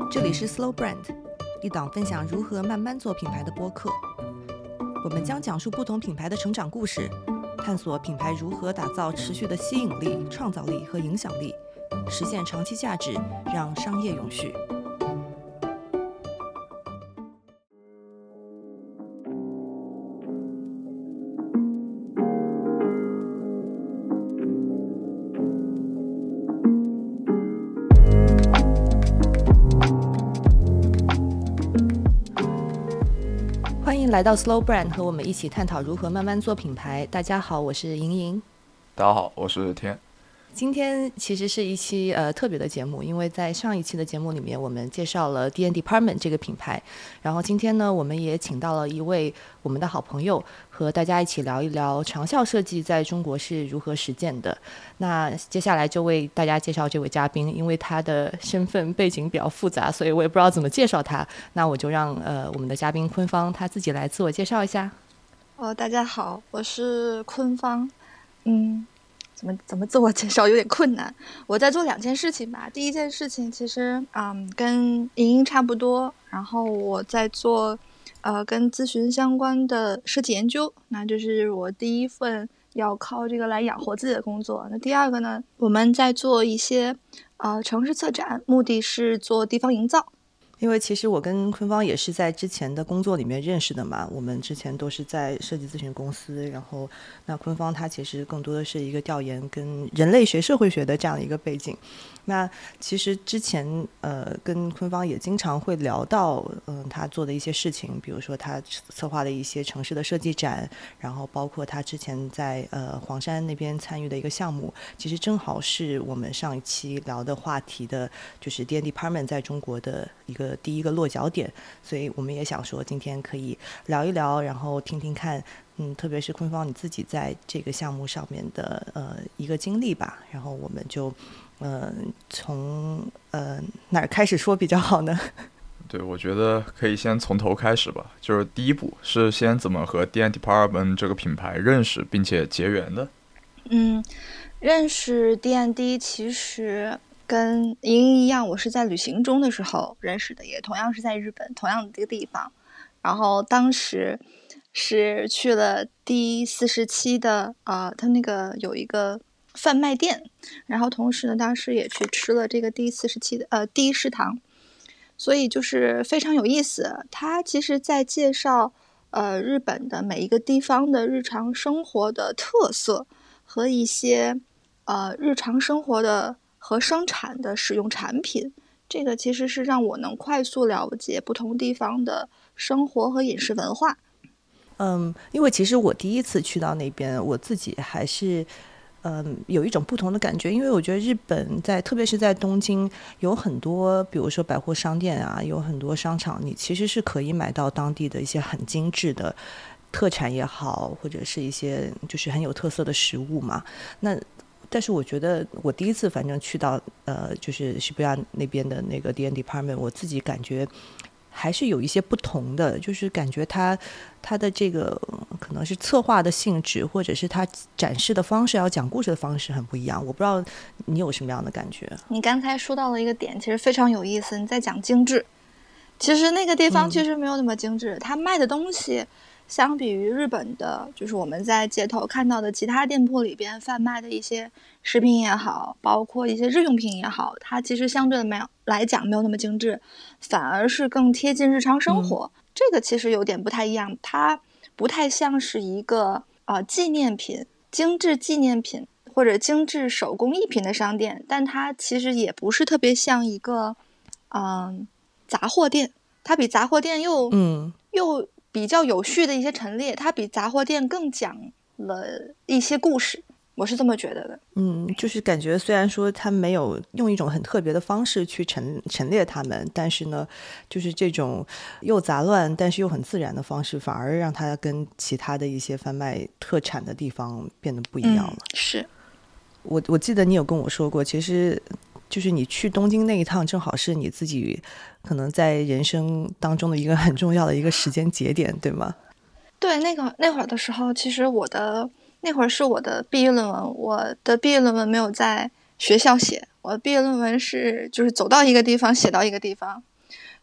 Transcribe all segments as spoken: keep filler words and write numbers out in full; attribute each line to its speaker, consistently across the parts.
Speaker 1: 这里是 Slow Brand， 一档分享如何慢慢做品牌的播客。我们将讲述不同品牌的成长故事，探索品牌如何打造持续的吸引力、创造力和影响力，实现长期价值，让商业永续。欢迎来到 Slow Brand， 和我们一起探讨如何慢慢做品牌。大家好，我是莹莹。
Speaker 2: 大家好，我是天。
Speaker 1: 今天其实是一期呃特别的节目，因为在上一期的节目里面我们介绍了 D and Department 这个品牌，然后今天呢我们也请到了一位我们的好朋友，和大家一起聊一聊长效设计在中国是如何实践的。那接下来就为大家介绍这位嘉宾，因为他的身份背景比较复杂，所以我也不知道怎么介绍他，那我就让呃我们的嘉宾坤芳他自己来自我介绍一下。
Speaker 3: 哦，大家好，我是坤芳。嗯怎么怎么自我介绍有点困难。我在做两件事情吧。第一件事情其实嗯跟莹莹差不多，然后我在做呃跟咨询相关的设计研究，那就是我第一份要靠这个来养活自己的工作。那第二个呢，我们在做一些呃城市策展，目的是做地方营造。
Speaker 1: 因为其实我跟坤芳也是在之前的工作里面认识的嘛，我们之前都是在设计咨询公司，然后那坤芳他其实更多的是一个调研跟人类学社会学的这样的一个背景。那其实之前呃跟坤芳也经常会聊到嗯、呃、他做的一些事情，比如说他策划的一些城市的设计展，然后包括他之前在呃黄山那边参与的一个项目，其实正好是我们上一期聊的话题的，就是 D and Department 在中国的一个第一个落脚点，所以我们也想说今天可以聊一聊，然后听听看嗯，特别是坤芳你自己在这个项目上面的呃一个经历吧，然后我们就呃从呃哪儿开始说比较好呢？
Speaker 2: 对，我觉得可以先从头开始吧。就是第一步是先怎么和 D and Department 这个品牌认识并且结缘的。
Speaker 3: 嗯，认识 D and D 其实跟莹莹一样，我是在旅行中的时候认识的，也同样是在日本同样的这个地方。然后当时是去了第四十期的呃，他那个有一个贩卖店，然后同时呢，当时也去吃了这个第四十期的呃第一食堂，所以就是非常有意思。他其实在介绍呃日本的每一个地方的日常生活的特色和一些呃日常生活的和生产的使用产品，这个其实是让我能快速了解不同地方的生活和饮食文化。
Speaker 1: 嗯，因为其实我第一次去到那边，我自己还是嗯有一种不同的感觉，因为我觉得日本在特别是在东京有很多比如说百货商店啊，有很多商场，你其实是可以买到当地的一些很精致的特产也好，或者是一些就是很有特色的食物嘛。那但是我觉得我第一次反正去到呃就是西布亚那边的那个 D and Department， 我自己感觉还是有一些不同的，就是感觉它它的这个可能是策划的性质，或者是它展示的方式，要讲故事的方式很不一样。我不知道你有什么样的感觉？
Speaker 3: 你刚才说到了一个点，其实非常有意思，你在讲精致。其实那个地方其实没有那么精致，它、嗯、卖的东西相比于日本的就是我们在街头看到的其他店铺里边贩卖的一些食品也好，包括一些日用品也好，它其实相对的没有来讲没有那么精致，反而是更贴近日常生活、嗯、这个其实有点不太一样，它不太像是一个呃纪念品精致纪念品或者精致手工艺品的商店，但它其实也不是特别像一个嗯、呃、杂货店，它比杂货店又
Speaker 1: 嗯
Speaker 3: 又比较有序的一些陈列，它比杂货店更讲了一些故事，我是这么觉得的。
Speaker 1: 嗯，就是感觉虽然说它没有用一种很特别的方式去陈陈列它们，但是呢就是这种又杂乱但是又很自然的方式，反而让它跟其他的一些贩卖特产的地方变得不一样了、嗯、
Speaker 3: 是
Speaker 1: 我我记得你有跟我说过，其实就是你去东京那一趟正好是你自己可能在人生当中的一个很重要的一个时间节点，对吗？
Speaker 3: 对，那个那会儿的时候，其实我的那会儿是我的毕业论文，我的毕业论文没有在学校写，我的毕业论文是就是走到一个地方写到一个地方，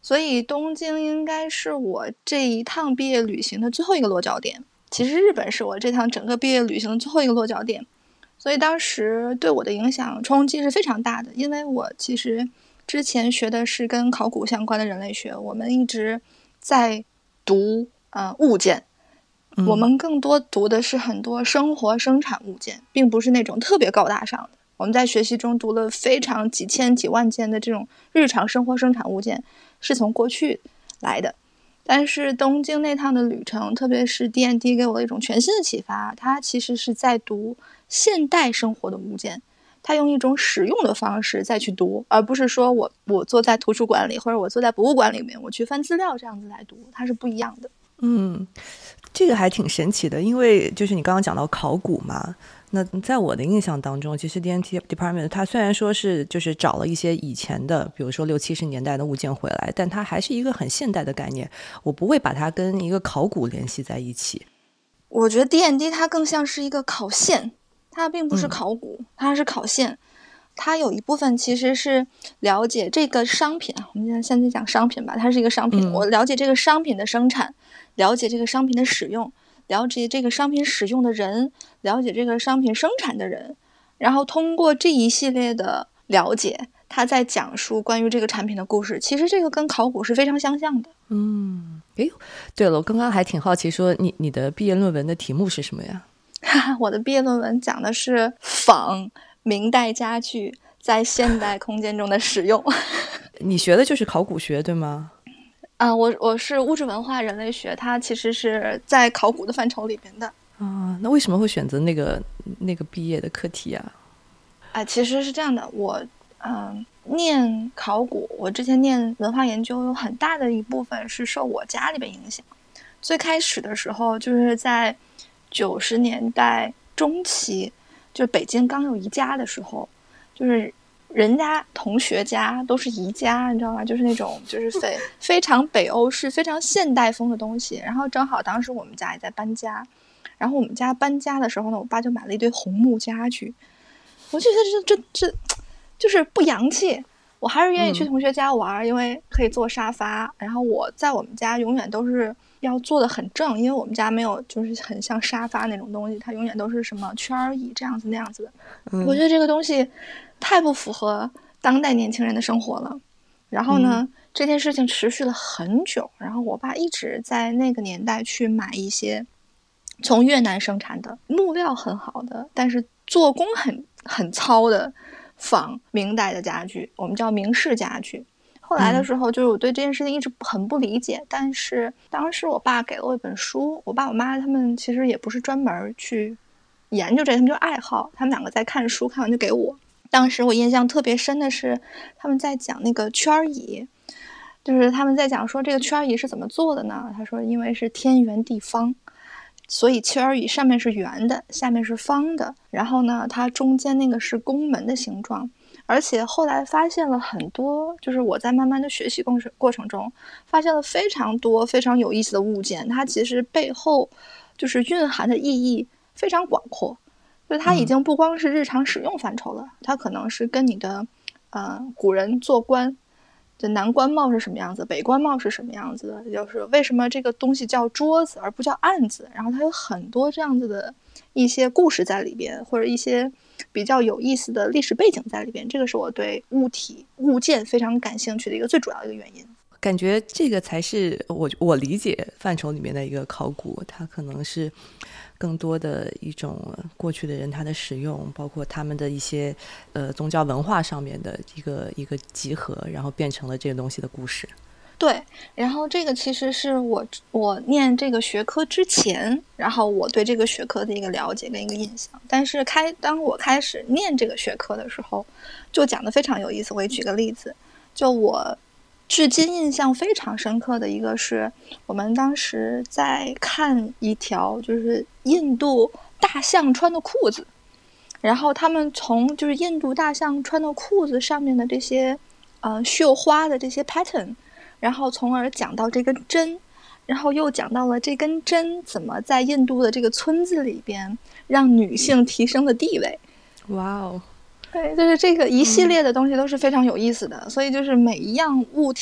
Speaker 3: 所以东京应该是我这一趟毕业旅行的最后一个落脚点。其实日本是我这趟整个毕业旅行的最后一个落脚点，所以当时对我的影响冲击是非常大的。因为我其实之前学的是跟考古相关的人类学，我们一直在读呃物件，我们更多读的是很多生活生产物件，并不是那种特别高大上的。我们在学习中读了非常几千几万件的这种日常生活生产物件，是从过去来的。但是东京那趟的旅程，特别是 D and D 给我一种全新的启发，它其实是在读现代生活的物件，它用一种使用的方式再去读，而不是说我我坐在图书馆里或者我坐在博物馆里面我去翻资料这样子来读，它是不一样的。
Speaker 1: 嗯，这个还挺神奇的，因为就是你刚刚讲到考古嘛，那在我的印象当中，其实 D and T Department 它虽然说是就是找了一些以前的比如说六七十年代的物件回来，但它还是一个很现代的概念，我不会把它跟一个考古联系在一起。
Speaker 3: 我觉得 D and D 它更像是一个考线，它并不是考古、嗯、它是考线。它有一部分其实是了解这个商品，我们现在讲商品吧，它是一个商品、嗯、我了解这个商品的生产，了解这个商品的使用，了解这个商品使用的人，了解这个商品生产的人，然后通过这一系列的了解，他在讲述关于这个产品的故事。其实这个跟考古是非常相像的。
Speaker 1: 嗯，诶，对了，我刚刚还挺好奇说你你的毕业论文的题目是什么呀？
Speaker 3: 我的毕业论文讲的是仿明代家具在现代空间中的使用。
Speaker 1: 你学的就是考古学对吗？
Speaker 3: 啊、呃，我我是物质文化人类学，它其实是在考古的范畴里边的。
Speaker 1: 啊，那为什么会选择那个那个毕业的课题啊？
Speaker 3: 啊、呃，其实是这样的，我嗯、呃、念考古，我之前念文化研究有很大的一部分是受我家里边影响。最开始的时候就是在九十年代中期，就是北京刚有宜家的时候，就是人家同学家都是宜家，你知道吗？就是那种就是非非常北欧式非常现代风的东西。然后正好当时我们家也在搬家，然后我们家搬家的时候呢，我爸就买了一堆红木家具。我觉得这这这就是不洋气，我还是愿意去同学家玩、嗯、因为可以坐沙发。然后我在我们家永远都是要坐得很正，因为我们家没有就是很像沙发那种东西，它永远都是什么圈椅这样子那样子的、嗯、我觉得这个东西太不符合当代年轻人的生活了。然后呢、嗯、这件事情持续了很久，然后我爸一直在那个年代去买一些从越南生产的木料很好的但是做工很很糙的仿明代的家具，我们叫明式家具。后来的时候就是我对这件事情一直很不理解、嗯、但是当时我爸给了我一本书，我爸我妈他们其实也不是专门去研究这，他们就爱好，他们两个在看书，看完就给我。当时我印象特别深的是他们在讲那个圈椅，就是他们在讲说这个圈椅是怎么做的呢？他说因为是天圆地方，所以圈椅上面是圆的，下面是方的，然后呢它中间那个是宫门的形状。而且后来发现了很多，就是我在慢慢的学习过程中发现了非常多非常有意思的物件，它其实背后就是蕴含的意义非常广阔，就它已经不光是日常使用范畴了、嗯、它可能是跟你的呃古人做官就南官帽是什么样子，北官帽是什么样子的，就是为什么这个东西叫桌子而不叫案子，然后它有很多这样子的一些故事在里边，或者一些比较有意思的历史背景在里边。这个是我对物体物件非常感兴趣的一个最主要的一个原因。
Speaker 1: 感觉这个才是我我理解范畴里面的一个考古，它可能是更多的一种过去的人他的使用，包括他们的一些呃宗教文化上面的一个一个集合，然后变成了这个东西的故事。
Speaker 3: 对，然后这个其实是我我念这个学科之前，然后我对这个学科的一个了解跟一个印象。但是开当我开始念这个学科的时候，就讲得非常有意思。我也举个例子，就我至今印象非常深刻的一个是，我们当时在看一条就是印度大象穿的裤子，然后他们从就是印度大象穿的裤子上面的这些呃绣花的这些 pattern，然后从而讲到这根针，然后又讲到了这根针怎么在印度的这个村子里边让女性提升的地位。
Speaker 1: 哇哦，
Speaker 3: 对，就是这个一系列的东西都是非常有意思的、嗯、所以就是每一样物体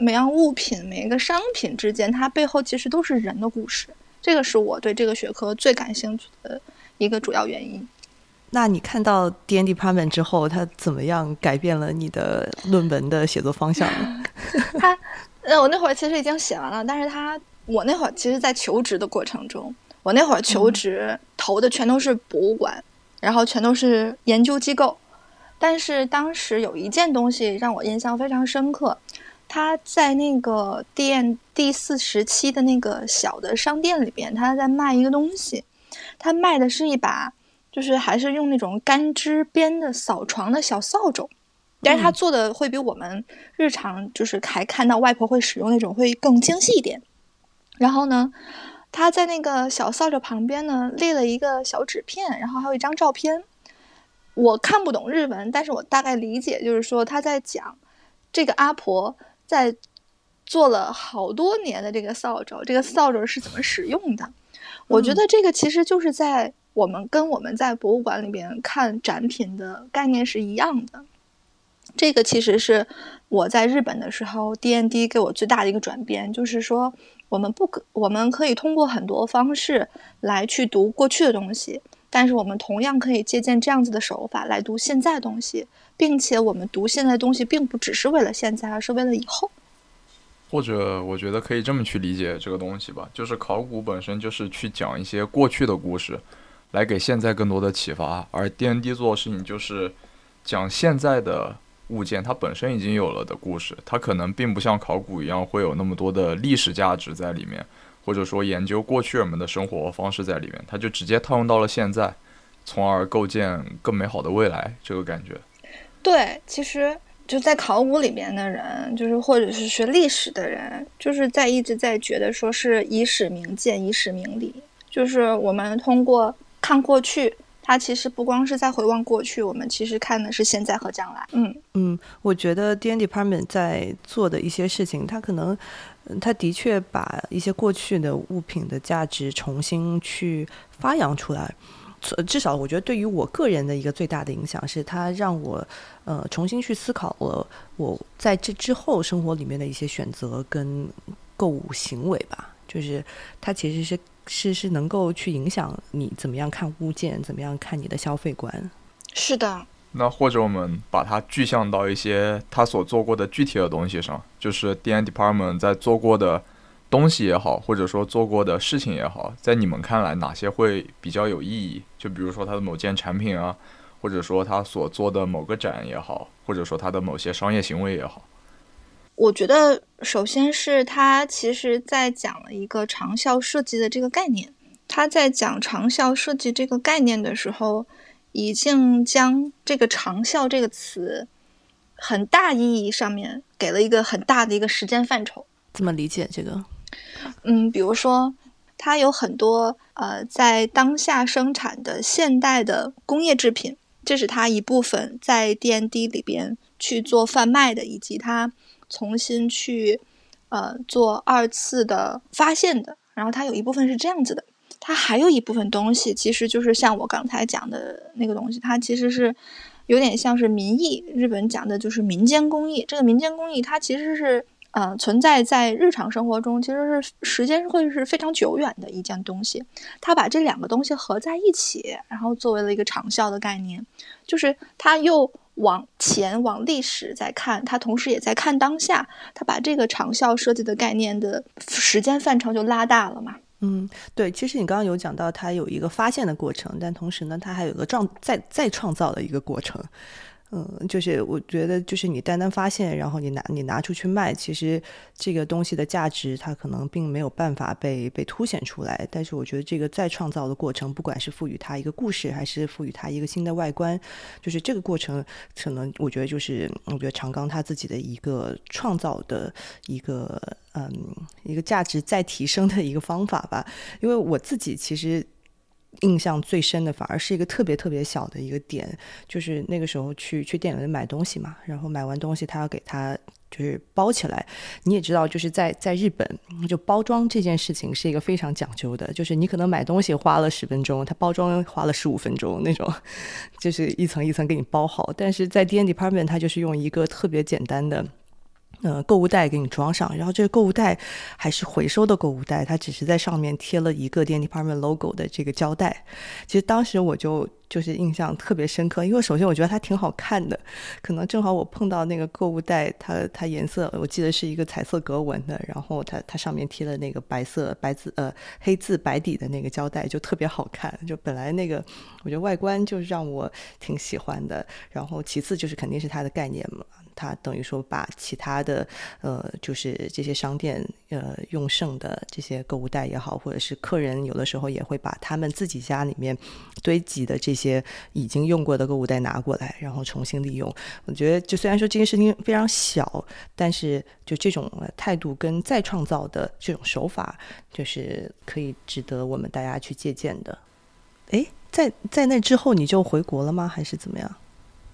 Speaker 3: 每样物品每一个商品之间它背后其实都是人的故事，这个是我对这个学科最感兴趣的一个主要原因。
Speaker 1: 那你看到 D and D Department 之后，它怎么样改变了你的论文的写作方向呢？
Speaker 3: 他呃，我那会儿其实已经写完了，但是他我那会儿其实在求职的过程中，我那会儿求职投的全都是博物馆、嗯、然后全都是研究机构，但是当时有一件东西让我印象非常深刻，他在那个 D and D 四十七的那个小的商店里边，他在卖一个东西，他卖的是一把就是还是用那种干枝编的扫床的小扫帚，但是他做的会比我们日常就是还看到外婆会使用那种会更精细一点。然后呢，他在那个小扫帚旁边呢列了一个小纸片，然后还有一张照片。我看不懂日文，但是我大概理解就是说他在讲这个阿婆在做了好多年的这个扫帚，这个扫帚是怎么使用的。我觉得这个其实就是在我们跟我们在博物馆里边看展品的概念是一样的。这个其实是我在日本的时候 D and D 给我最大的一个转变，就是说我们不可我们可以通过很多方式来去读过去的东西，但是我们同样可以借鉴这样子的手法来读现在的东西，并且我们读现在的东西并不只是为了现在，而是为了以后。
Speaker 2: 或者我觉得可以这么去理解这个东西吧，就是考古本身就是去讲一些过去的故事来给现在更多的启发，而 D and D 做的事情就是讲现在的物件它本身已经有了的故事，它可能并不像考古一样会有那么多的历史价值在里面，或者说研究过去人们的生活方式在里面，它就直接套用到了现在，从而构建更美好的未来，这个感觉。
Speaker 3: 对，其实就在考古里面的人，就是或者是学历史的人，就是在一直在觉得说是以史明鉴，以史明理，就是我们通过看过去，它其实不光是在回望过去，我们其实看的是现在和将来。嗯
Speaker 1: 嗯，我觉得 D and D Department 在做的一些事情，它可能它的确把一些过去的物品的价值重新去发扬出来。至少我觉得对于我个人的一个最大的影响是，它让我呃重新去思考了我在这之后生活里面的一些选择跟购物行为吧。就是它其实是是是能够去影响你怎么样看物件，怎么样看你的消费观。
Speaker 3: 是的。
Speaker 2: 那或者我们把它具象到一些他所做过的具体的东西上，就是 D and D Department 在做过的东西也好，或者说做过的事情也好，在你们看来哪些会比较有意义？就比如说它的某件产品啊，或者说他所做的某个展也好，或者说他的某些商业行为也好。
Speaker 3: 我觉得首先是他其实在讲了一个长效设计的这个概念，他在讲长效设计这个概念的时候，已经将这个长效这个词很大意义上面给了一个很大的一个时间范畴。
Speaker 1: 怎么理解这个？
Speaker 3: 嗯，比如说它有很多呃在当下生产的现代的工业制品，这是它一部分在 D and D 里边去做贩卖的，以及它重新去呃做二次的发现的。然后它有一部分是这样子的，它还有一部分东西其实就是像我刚才讲的那个东西，它其实是有点像是民艺，日本讲的就是民间工艺。这个民间工艺它其实是呃，存在在日常生活中，其实是时间会是非常久远的一件东西。他把这两个东西合在一起，然后作为了一个长效的概念，就是他又往前往历史在看，他同时也在看当下，他把这个长效设计的概念的时间范畴就拉大了嘛。
Speaker 1: 嗯，对，其实你刚刚有讲到它有一个发现的过程，但同时呢，它还有一个创再再创造的一个过程。嗯，就是我觉得就是你单单发现，然后你拿你拿出去卖，其实这个东西的价值它可能并没有办法被被凸显出来。但是我觉得这个再创造的过程，不管是赋予它一个故事，还是赋予它一个新的外观，就是这个过程可能我觉得就是我觉得长冈他自己的一个创造的一个嗯一个价值再提升的一个方法吧。因为我自己其实印象最深的反而是一个特别特别小的一个点，就是那个时候去去店里面买东西嘛，然后买完东西他要给他就是包起来。你也知道就是在在日本就包装这件事情是一个非常讲究的，就是你可能买东西花了十分钟，他包装花了十五分钟那种，就是一层一层给你包好。但是在 D and D Department 他就是用一个特别简单的呃，购物袋给你装上，然后这个购物袋还是回收的购物袋，它只是在上面贴了一个D and D Department logo 的这个胶带。其实当时我就就是印象特别深刻，因为首先我觉得它挺好看的，可能正好我碰到那个购物袋，它它颜色我记得是一个彩色格纹的，然后它它上面贴了那个白色白字呃黑字白底的那个胶带，就特别好看。就本来那个我觉得外观就让我挺喜欢的，然后其次就是肯定是它的概念嘛。它等于说把其他的呃，就是这些商店呃用剩的这些购物袋也好，或者是客人有的时候也会把他们自己家里面堆积的这些已经用过的购物袋拿过来，然后重新利用。我觉得就虽然说这件事情非常小，但是就这种态度跟再创造的这种手法，就是可以值得我们大家去借鉴的。诶，在在那之后你就回国了吗？还是怎么样？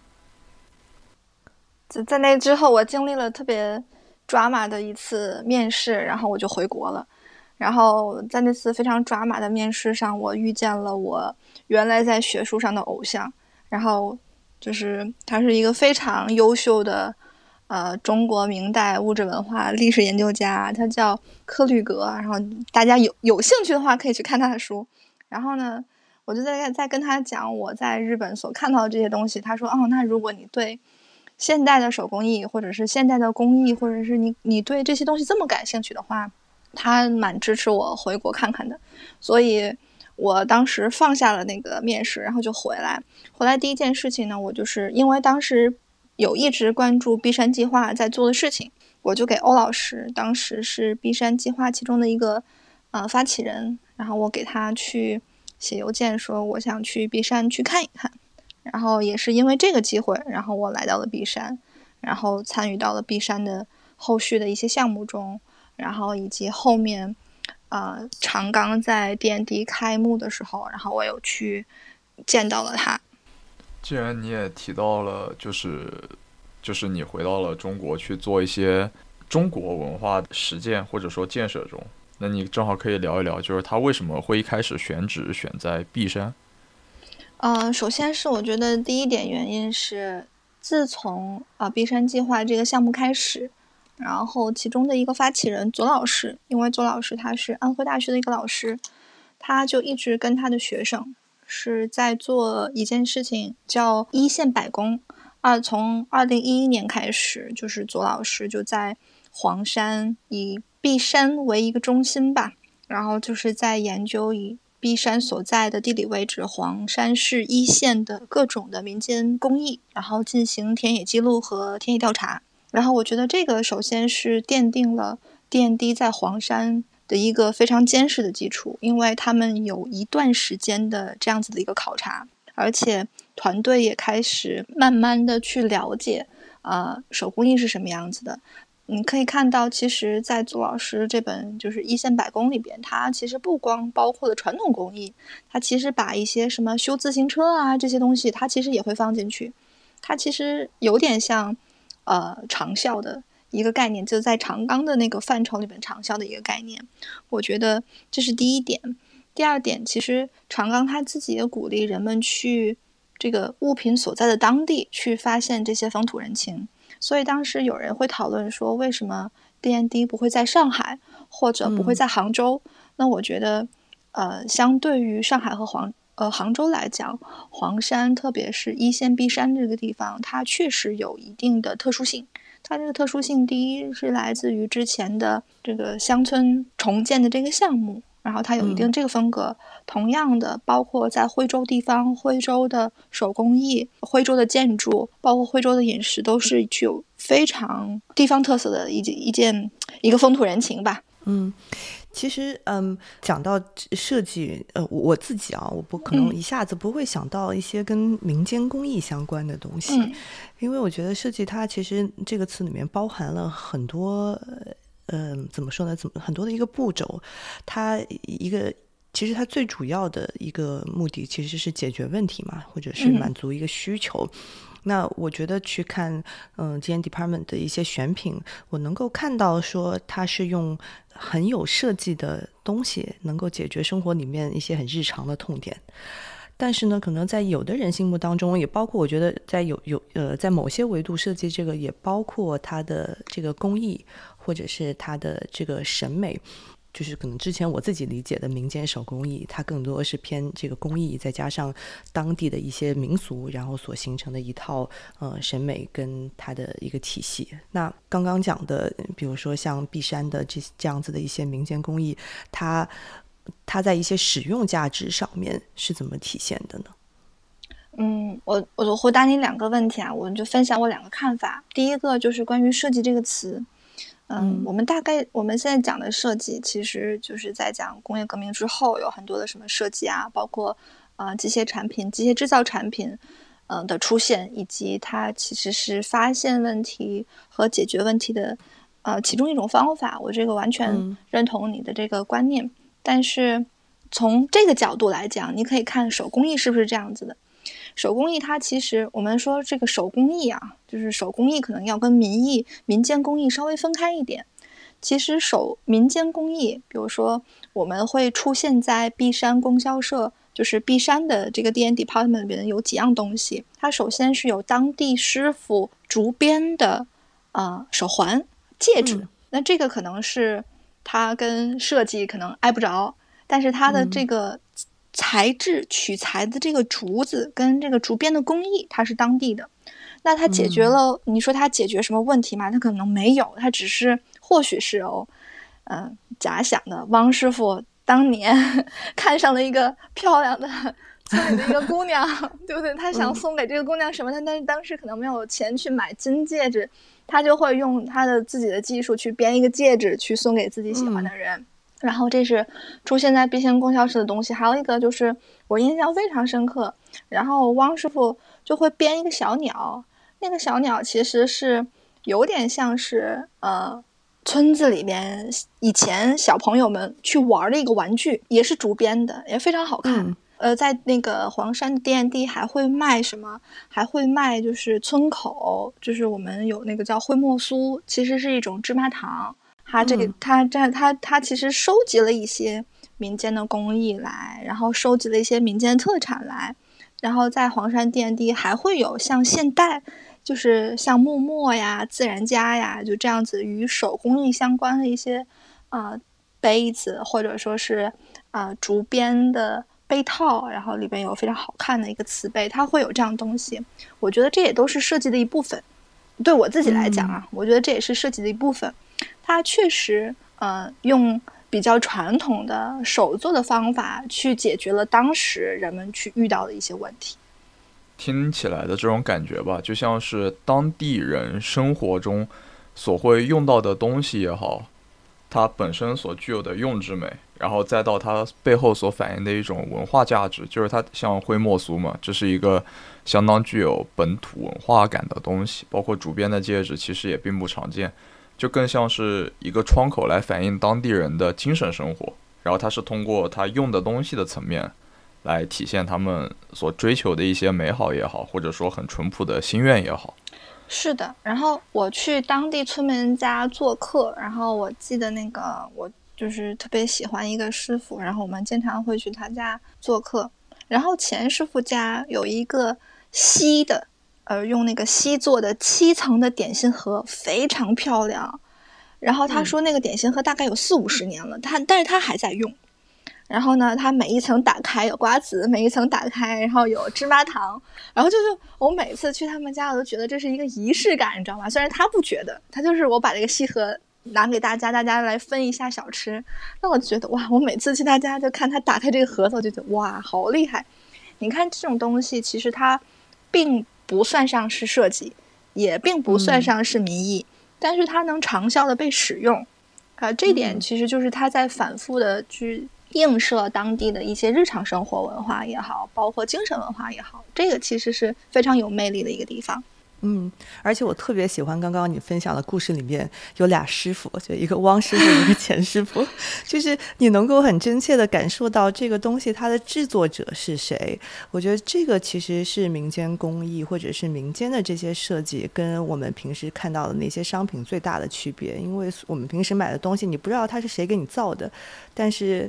Speaker 3: 在那之后，我经历了特别抓马的一次面试，然后我就回国了。然后在那次非常抓马的面试上，我遇见了我原来在学术上的偶像，然后就是他是一个非常优秀的呃中国明代物质文化历史研究家，他叫柯律格。然后大家有有兴趣的话可以去看他的书。然后呢，我就在在跟他讲我在日本所看到的这些东西。他说，哦，那如果你对现代的手工艺，或者是现代的工艺，或者是你你对这些东西这么感兴趣的话，他蛮支持我回国看看的。所以我当时放下了那个面试，然后就回来。回来第一件事情呢，我就是因为当时有一直关注碧山计划在做的事情，我就给欧老师，当时是碧山计划其中的一个呃发起人，然后我给他去写邮件说我想去碧山去看一看。然后也是因为这个机会，然后我来到了碧山，然后参与到了碧山的后续的一些项目中，然后以及后面呃长冈在 D and D 开幕的时候，然后我有去见到了他。
Speaker 2: 既然你也提到了就是就是你回到了中国去做一些中国文化实践或者说建设中，那你正好可以聊一聊，就是他为什么会一开始选址选在碧山。
Speaker 3: 呃，首先是我觉得第一点原因是，自从呃碧山计划这个项目开始，然后其中的一个发起人左老师，因为左老师他是安徽大学的一个老师，他就一直跟他的学生是在做一件事情叫一线百工。啊，从二零一一年开始，就是左老师就在黄山以碧山为一个中心吧，然后就是在研究以碧山所在的地理位置黄山市一线的各种的民间工艺，然后进行田野记录和田野调查。然后我觉得这个首先是奠定了 D and D 在黄山的一个非常坚实的基础，因为他们有一段时间的这样子的一个考察，而且团队也开始慢慢的去了解呃手工艺是什么样子的。你可以看到，其实在左老师这本就是一线百工里边，它其实不光包括了传统工艺，它其实把一些什么修自行车啊这些东西，它其实也会放进去。它其实有点像呃长效的一个概念，就在长冈的那个范畴里边长效的一个概念。我觉得这是第一点。第二点，其实长冈他自己也鼓励人们去这个物品所在的当地去发现这些风土人情。所以当时有人会讨论说，为什么 D and D 不会在上海或者不会在杭州、嗯、那我觉得呃，相对于上海和黄呃杭州来讲，黄山特别是一线碧山这个地方，它确实有一定的特殊性。它这个特殊性第一是来自于之前的这个乡村重建的这个项目，然后它有一定这个风格、嗯、同样的包括在徽州地方，徽州的手工艺，徽州的建筑，包括徽州的饮食，都是具有非常地方特色的一件一件一个风土人情吧。
Speaker 1: 嗯，其实嗯，讲到设计，呃，我自己啊，我不可能一下子不会想到一些跟民间工艺相关的东西、嗯、因为我觉得设计它其实这个词里面包含了很多嗯、呃，怎么说呢？怎么很多的一个步骤，它一个其实它最主要的一个目的其实是解决问题嘛，或者是满足一个需求。嗯、那我觉得去看嗯 D and D Department 的一些选品，我能够看到说它是用很有设计的东西，能够解决生活里面一些很日常的痛点。 但是呢可能在有的人心目当中，也包括我觉得在有有呃在某些维度设计这个也包括它的这个工艺或者是它的这个审美，就是可能之前我自己理解的民间手工艺，它更多是偏这个工艺，再加上当地的一些民俗，然后所形成的一套呃审美跟它的一个体系。那刚刚讲的比如说像璧山的这这样子的一些民间工艺，它它在一些使用价值上面是怎么体现的呢？
Speaker 3: 嗯，我我就回答你两个问题啊，我就分享我两个看法。第一个就是关于设计这个词，嗯，我们大概我们现在讲的设计，其实就是在讲工业革命之后有很多的什么设计啊，包括啊、呃、机械产品、机械制造产品，嗯、呃、的出现，以及它其实是发现问题和解决问题的呃其中一种方法。我这个完全认同你的这个观念，嗯、但是从这个角度来讲，你可以看手工艺是不是这样子的。手工艺它其实我们说这个手工艺啊，就是手工艺可能要跟民艺民间工艺稍微分开一点。其实手民间工艺，比如说我们会出现在璧山供销社，就是璧山的这个 D and D department 里面有几样东西。它首先是有当地师傅竹编的呃手环戒指、嗯、那这个可能是它跟设计可能挨不着，但是它的这个、嗯材质取材的这个竹子跟这个竹编的工艺它是当地的，那它解决了、嗯、你说它解决什么问题吗？它可能没有，它只是或许是哦，嗯、呃，假想的汪师傅当年看上了一个漂亮的村里的一个姑娘对不对？他想送给这个姑娘什么，他但是当时可能没有钱去买金戒指，他就会用他的自己的技术去编一个戒指去送给自己喜欢的人、嗯然后这是出现在璧山供销社的东西。还有一个就是我印象非常深刻，然后汪师傅就会编一个小鸟，那个小鸟其实是有点像是呃村子里面以前小朋友们去玩的一个玩具，也是竹编的，也非常好看、嗯、呃，在那个黄山的 D and D 还会卖什么，还会卖就是村口，就是我们有那个叫灰墨酥，其实是一种芝麻糖。他这个他这他他其实收集了一些民间的工艺来，然后收集了一些民间特产来，然后在黄山 D and D 还会有像现代就是像木墨呀、自然家呀，就这样子与手工艺相关的一些呃杯子，或者说是呃竹编的杯套，然后里边有非常好看的一个瓷杯，它会有这样东西。我觉得这也都是设计的一部分。对我自己来讲啊、嗯、我觉得这也是设计的一部分。它确实呃用比较传统的手做的方法去解决了当时人们去遇到的一些问题。
Speaker 2: 听起来的这种感觉吧，就像是当地人生活中所会用到的东西也好，它本身所具有的用之美，然后再到它背后所反映的一种文化价值，就是它像灰墨酥嘛，这是一个相当具有本土文化感的东西，包括竹编的戒指其实也并不常见，就更像是一个窗口来反映当地人的精神生活，然后它是通过它用的东西的层面来体现他们所追求的一些美好也好，或者说很淳朴的心愿也好。
Speaker 3: 是的，然后我去当地村民家做客，然后我记得那个我就是特别喜欢一个师傅，然后我们经常会去他家做客，然后钱师傅家有一个锡的呃，用那个锡做的七层的点心盒，非常漂亮。然后他说那个点心盒大概有四五十年了，他但是他还在用。然后呢，他每一层打开有瓜子，每一层打开然后有芝麻糖，然后就是我每次去他们家，我都觉得这是一个仪式感，你知道吗？虽然他不觉得，他就是我把这个锡盒拿给大家，大家来分一下小吃。那我觉得哇，我每次去他家就看他打开这个盒子，我就觉得哇，好厉害！你看这种东西，其实它并不算上是设计，也并不算上是民艺、嗯、但是它能长效的被使用啊、呃，这点其实就是它在反复的去映射当地的一些日常生活文化也好，包括精神文化也好，这个其实是非常有魅力的一个地方。
Speaker 1: 嗯，而且我特别喜欢刚刚你分享的故事里面有俩师傅，就一个汪师傅一个钱师傅，就是你能够很真切的感受到这个东西它的制作者是谁。我觉得这个其实是民间工艺或者是民间的这些设计跟我们平时看到的那些商品最大的区别，因为我们平时买的东西你不知道它是谁给你造的，但是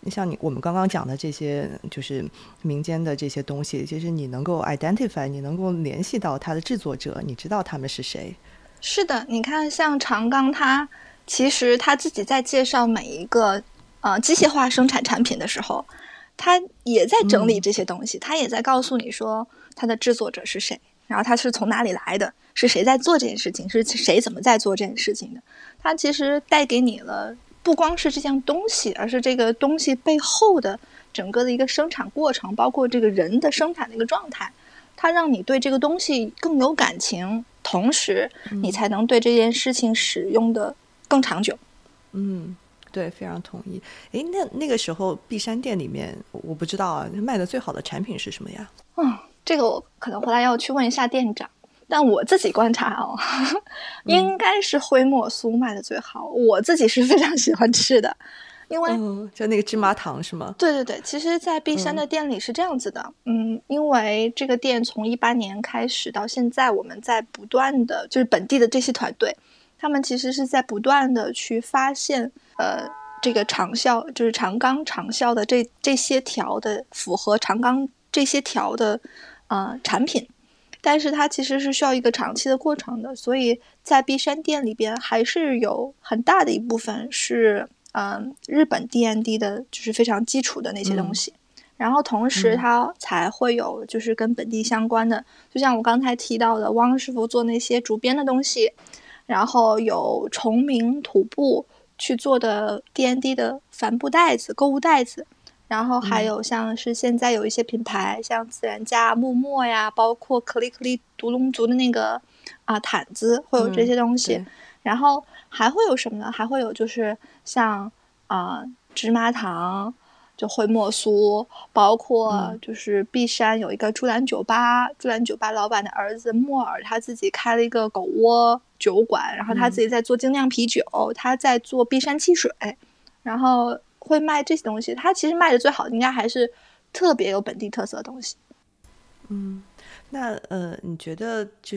Speaker 1: 像你我们刚刚讲的这些就是民间的这些东西，其实你能够 identify， 你能够联系到它的制作者，你知道他们是谁。
Speaker 3: 是的，你看像长冈，他其实他自己在介绍每一个呃机械化生产产品的时候，他也在整理这些东西、嗯、他也在告诉你说他的制作者是谁，然后他是从哪里来的，是谁在做这件事情，是谁怎么在做这件事情的。他其实带给你了不光是这项东西，而是这个东西背后的整个的一个生产过程，包括这个人的生产的一个状态，它让你对这个东西更有感情，同时你才能对这件事情使用的更长久。
Speaker 1: 嗯，对，非常同意。诶，那那个时候碧山店里面我不知道啊，卖的最好的产品是什么呀？
Speaker 3: 嗯，这个我可能回来要去问一下店长，但我自己观察哦，应该是灰墨酥卖的最好、嗯、我自己是非常喜欢吃的。因为、
Speaker 1: 嗯、就那个芝麻糖是吗？
Speaker 3: 对对对，其实在碧山的店里是这样子的。 嗯, 嗯，因为这个店从一八年开始到现在，我们在不断的就是本地的这些团队，他们其实是在不断的去发现呃这个长效，就是长冈长效的这这些条的符合长冈这些条的呃产品，但是它其实是需要一个长期的过程的，所以在碧山店里边还是有很大的一部分是嗯，日本 D N D 的就是非常基础的那些东西、嗯、然后同时它才会有就是跟本地相关的、嗯、就像我刚才提到的汪师傅做那些竹编的东西，然后有崇明土布去做的 D N D 的帆布袋子购物袋子，然后还有像是现在有一些品牌、嗯、像自然家木墨呀，包括可力可力独龙族的那个啊毯子会有这些东西、嗯、然后还会有什么呢？还会有就是像啊、呃、芝麻糖，就灰墨酥，包括就是碧山有一个朱兰酒吧、嗯、朱兰酒吧老板的儿子莫尔他自己开了一个狗窝酒馆，然后他自己在做精酿啤酒、嗯、他在做碧山汽水，然后会卖这些东西。他其实卖的最好的应该还是特别有本地特色的东西。
Speaker 1: 嗯，那呃你觉得就是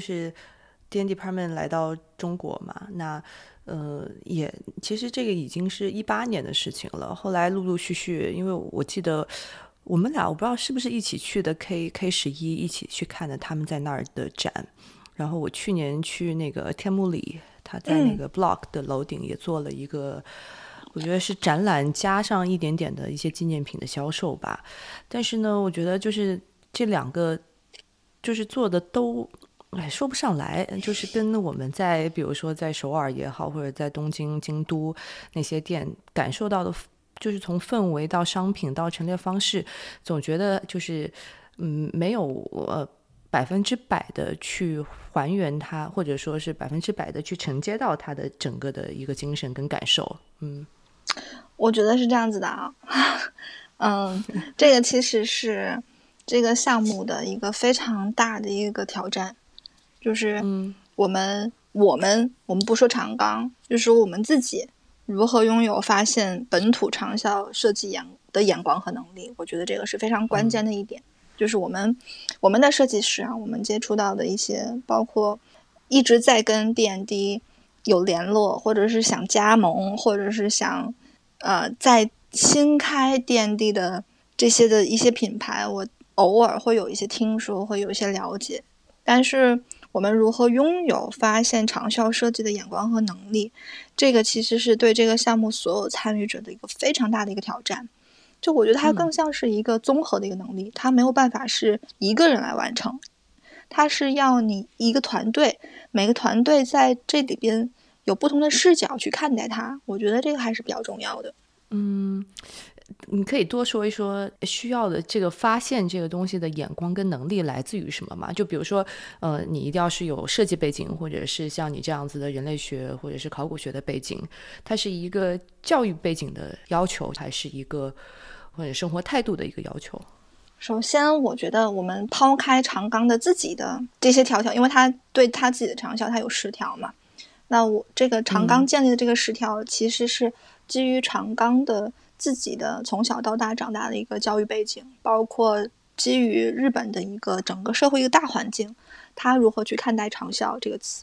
Speaker 1: D N D Department 来到中国嘛，那呃，也其实这个已经是一八年的事情了。后来陆陆续续，因为我记得我们俩我不知道是不是一起去的 K K 十一，一起去看的他们在那儿的展。然后我去年去那个天目里，他在那个 Block 的楼顶也做了一个、嗯、我觉得是展览加上一点点的一些纪念品的销售吧。但是呢，我觉得就是这两个就是做的都哎，说不上来，就是跟我们在比如说在首尔也好，或者在东京京都那些店感受到的，就是从氛围到商品到陈列方式，总觉得就是嗯没有呃百分之百的去还原它，或者说是百分之百的去承接到它的整个的一个精神跟感受。嗯，
Speaker 3: 我觉得是这样子的啊。嗯，这个其实是这个项目的一个非常大的一个挑战。就是我们、嗯、我们我们不说长冈，就是说我们自己如何拥有发现本土长效设计眼的眼光和能力，我觉得这个是非常关键的一点、嗯、就是我们我们的设计师啊，我们接触到的一些包括一直在跟 D N D 有联络，或者是想加盟，或者是想呃在新开 D N D 的这些的一些品牌，我偶尔会有一些听说，会有一些了解，但是我们如何拥有发现长效设计的眼光和能力，这个其实是对这个项目所有参与者的一个非常大的一个挑战。就我觉得它更像是一个综合的一个能力、嗯、它没有办法是一个人来完成，它是要你一个团队，每个团队在这里边有不同的视角去看待它，我觉得这个还是比较重要的。
Speaker 1: 嗯，你可以多说一说需要的这个发现这个东西的眼光跟能力来自于什么吗？就比如说呃，你一定要是有设计背景，或者是像你这样子的人类学或者是考古学的背景，它是一个教育背景的要求，还是一个或者生活态度的一个要求？
Speaker 3: 首先我觉得我们抛开长冈的自己的这些条条，因为他对他自己的长效他有十条嘛，那我这个长冈建立的这个十条其实是基于长冈的自己的从小到大长大的一个教育背景，包括基于日本的一个整个社会一个大环境，他如何去看待长效这个词，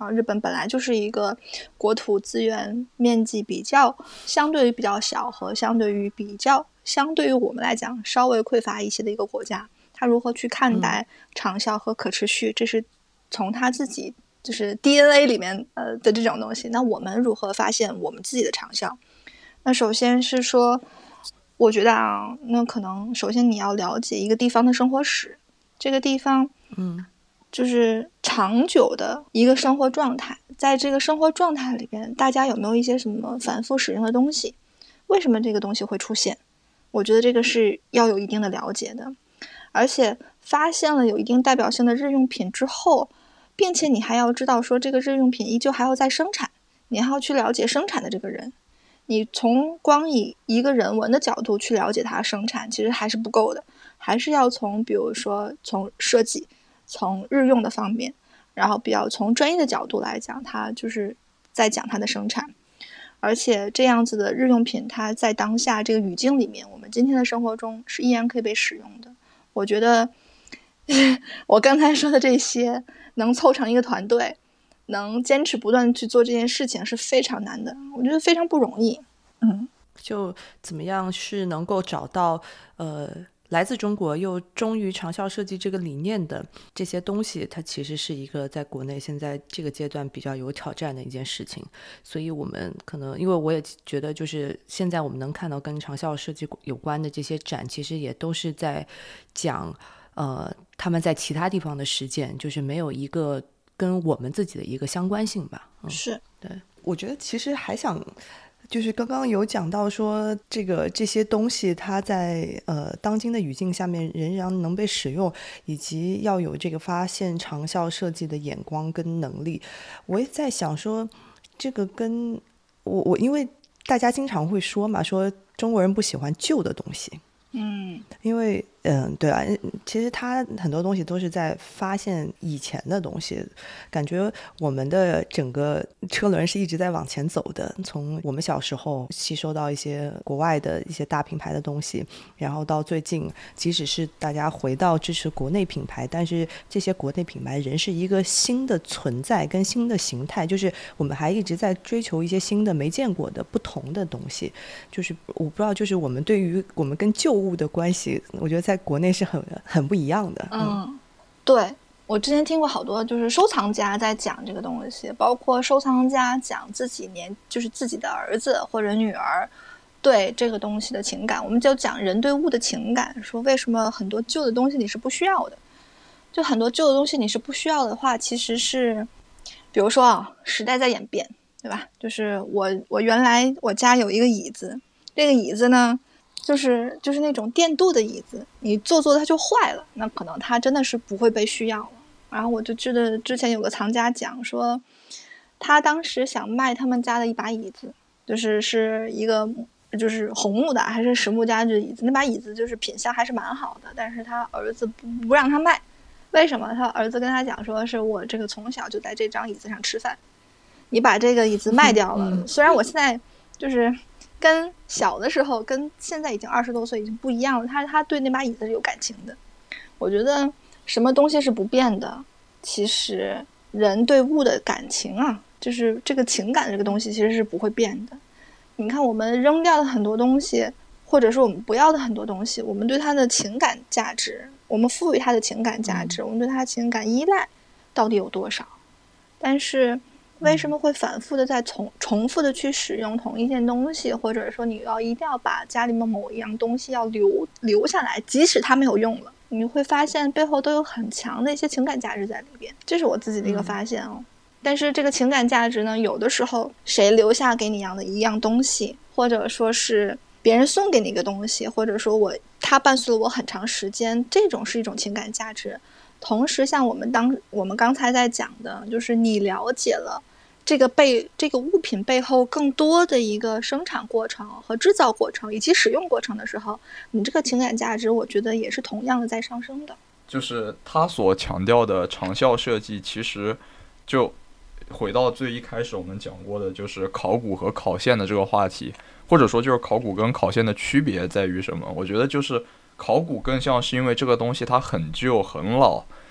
Speaker 3: 啊，日本本来就是一个国土资源面积比较相对于比较小和相对于比较相对于我们来讲稍微匮乏一些的一个国家，他如何去看待长效和可持续，这是从他自己就是 D N A 里面呃的这种东西。那我们如何发现我们自己的长效？那首先是说，我觉得啊，那可能首先你要了解一个地方的生活史，这个地方
Speaker 1: 嗯
Speaker 3: 就是长久的一个生活状态，在这个生活状态里边，大家有没有一些什么反复使用的东西？为什么这个东西会出现？我觉得这个是要有一定的了解的。而且发现了有一定代表性的日用品之后，并且你还要知道说这个日用品依旧还要再生产，你还要去了解生产的这个人。你从光以一个人文的角度去了解它生产，其实还是不够的，还是要从比如说从设计，从日用的方面，然后比较从专业的角度来讲，它就是在讲它的生产。而且这样子的日用品，它在当下这个语境里面，我们今天的生活中是依然可以被使用的。我觉得我刚才说的这些能凑成一个团队，能坚持不断去做这件事情是非常难的，我觉得非常不容易。嗯，
Speaker 1: 就怎么样是能够找到呃来自中国又忠于长效设计这个理念的这些东西，它其实是一个在国内现在这个阶段比较有挑战的一件事情。所以我们可能因为我也觉得就是现在我们能看到跟长效设计有关的这些展，其实也都是在讲呃他们在其他地方的实践，就是没有一个跟我们自己的一个相关性吧。
Speaker 3: 嗯、是
Speaker 1: 对，我觉得其实还想就是刚刚有讲到说这个这些东西它在呃当今的语境下面仍然能被使用，以及要有这个发现长效设计的眼光跟能力。我也在想说这个跟我我因为大家经常会说嘛，说中国人不喜欢旧的东西，
Speaker 3: 嗯，
Speaker 1: 因为嗯，对啊，其实他很多东西都是在发现以前的东西，感觉我们的整个车轮是一直在往前走的，从我们小时候吸收到一些国外的一些大品牌的东西，然后到最近即使是大家回到支持国内品牌，但是这些国内品牌仍是一个新的存在跟新的形态，就是我们还一直在追求一些新的没见过的不同的东西。就是我不知道，就是我们对于我们跟旧物的关系，我觉得在国内是很很不一样的。
Speaker 3: 嗯，嗯对，我之前听过好多就是收藏家在讲这个东西，包括收藏家讲自己年就是自己的儿子或者女儿对这个东西的情感。我们就讲人对物的情感，说为什么很多旧的东西你是不需要的，就很多旧的东西你是不需要的话，其实是比如说啊，时代在演变，对吧？就是我我原来我家有一个椅子，这个椅子呢就是就是那种电镀的椅子，你坐坐它就坏了，那可能它真的是不会被需要了。然后我就记得之前有个藏家讲说，他当时想卖他们家的一把椅子，就是是一个就是红木的还是实木家具的椅子，那把椅子就是品相还是蛮好的，但是他儿子不不让他卖。为什么？他儿子跟他讲说，是我这个从小就在这张椅子上吃饭，你把这个椅子卖掉了，嗯、虽然我现在就是跟小的时候跟现在已经二十多岁已经不一样了，他他对那把椅子是有感情的。我觉得什么东西是不变的，其实人对物的感情啊，就是这个情感这个东西其实是不会变的。你看我们扔掉的很多东西，或者说我们不要的很多东西，我们对它的情感价值，我们赋予它的情感价值，我们对它的情感依赖到底有多少？但是为什么会反复的在重重复的去使用同一件东西，或者说你要一定要把家里面某一样东西要留留下来，即使它没有用了，你会发现背后都有很强的一些情感价值在里边，这是我自己的一个发现哦。嗯、但是这个情感价值呢，有的时候谁留下给你一样的一样东西，或者说是别人送给你一个东西，或者说我它伴随了我很长时间，这种是一种情感价值。同时像我们当我们刚才在讲的，就是你了解了这个背这个物品背后更多的一个生产过程和制造过程以及使用过程的时候，你这个情感价值我觉得也是同样的在上升的。
Speaker 2: 就是他所强调的长效设计，其实就回到最一开始我们讲过的，就是考古和考现的这个话题，或者说就是考古跟考现的区别在于什么？我觉得就是考古更像是因为这个东西它很旧很老，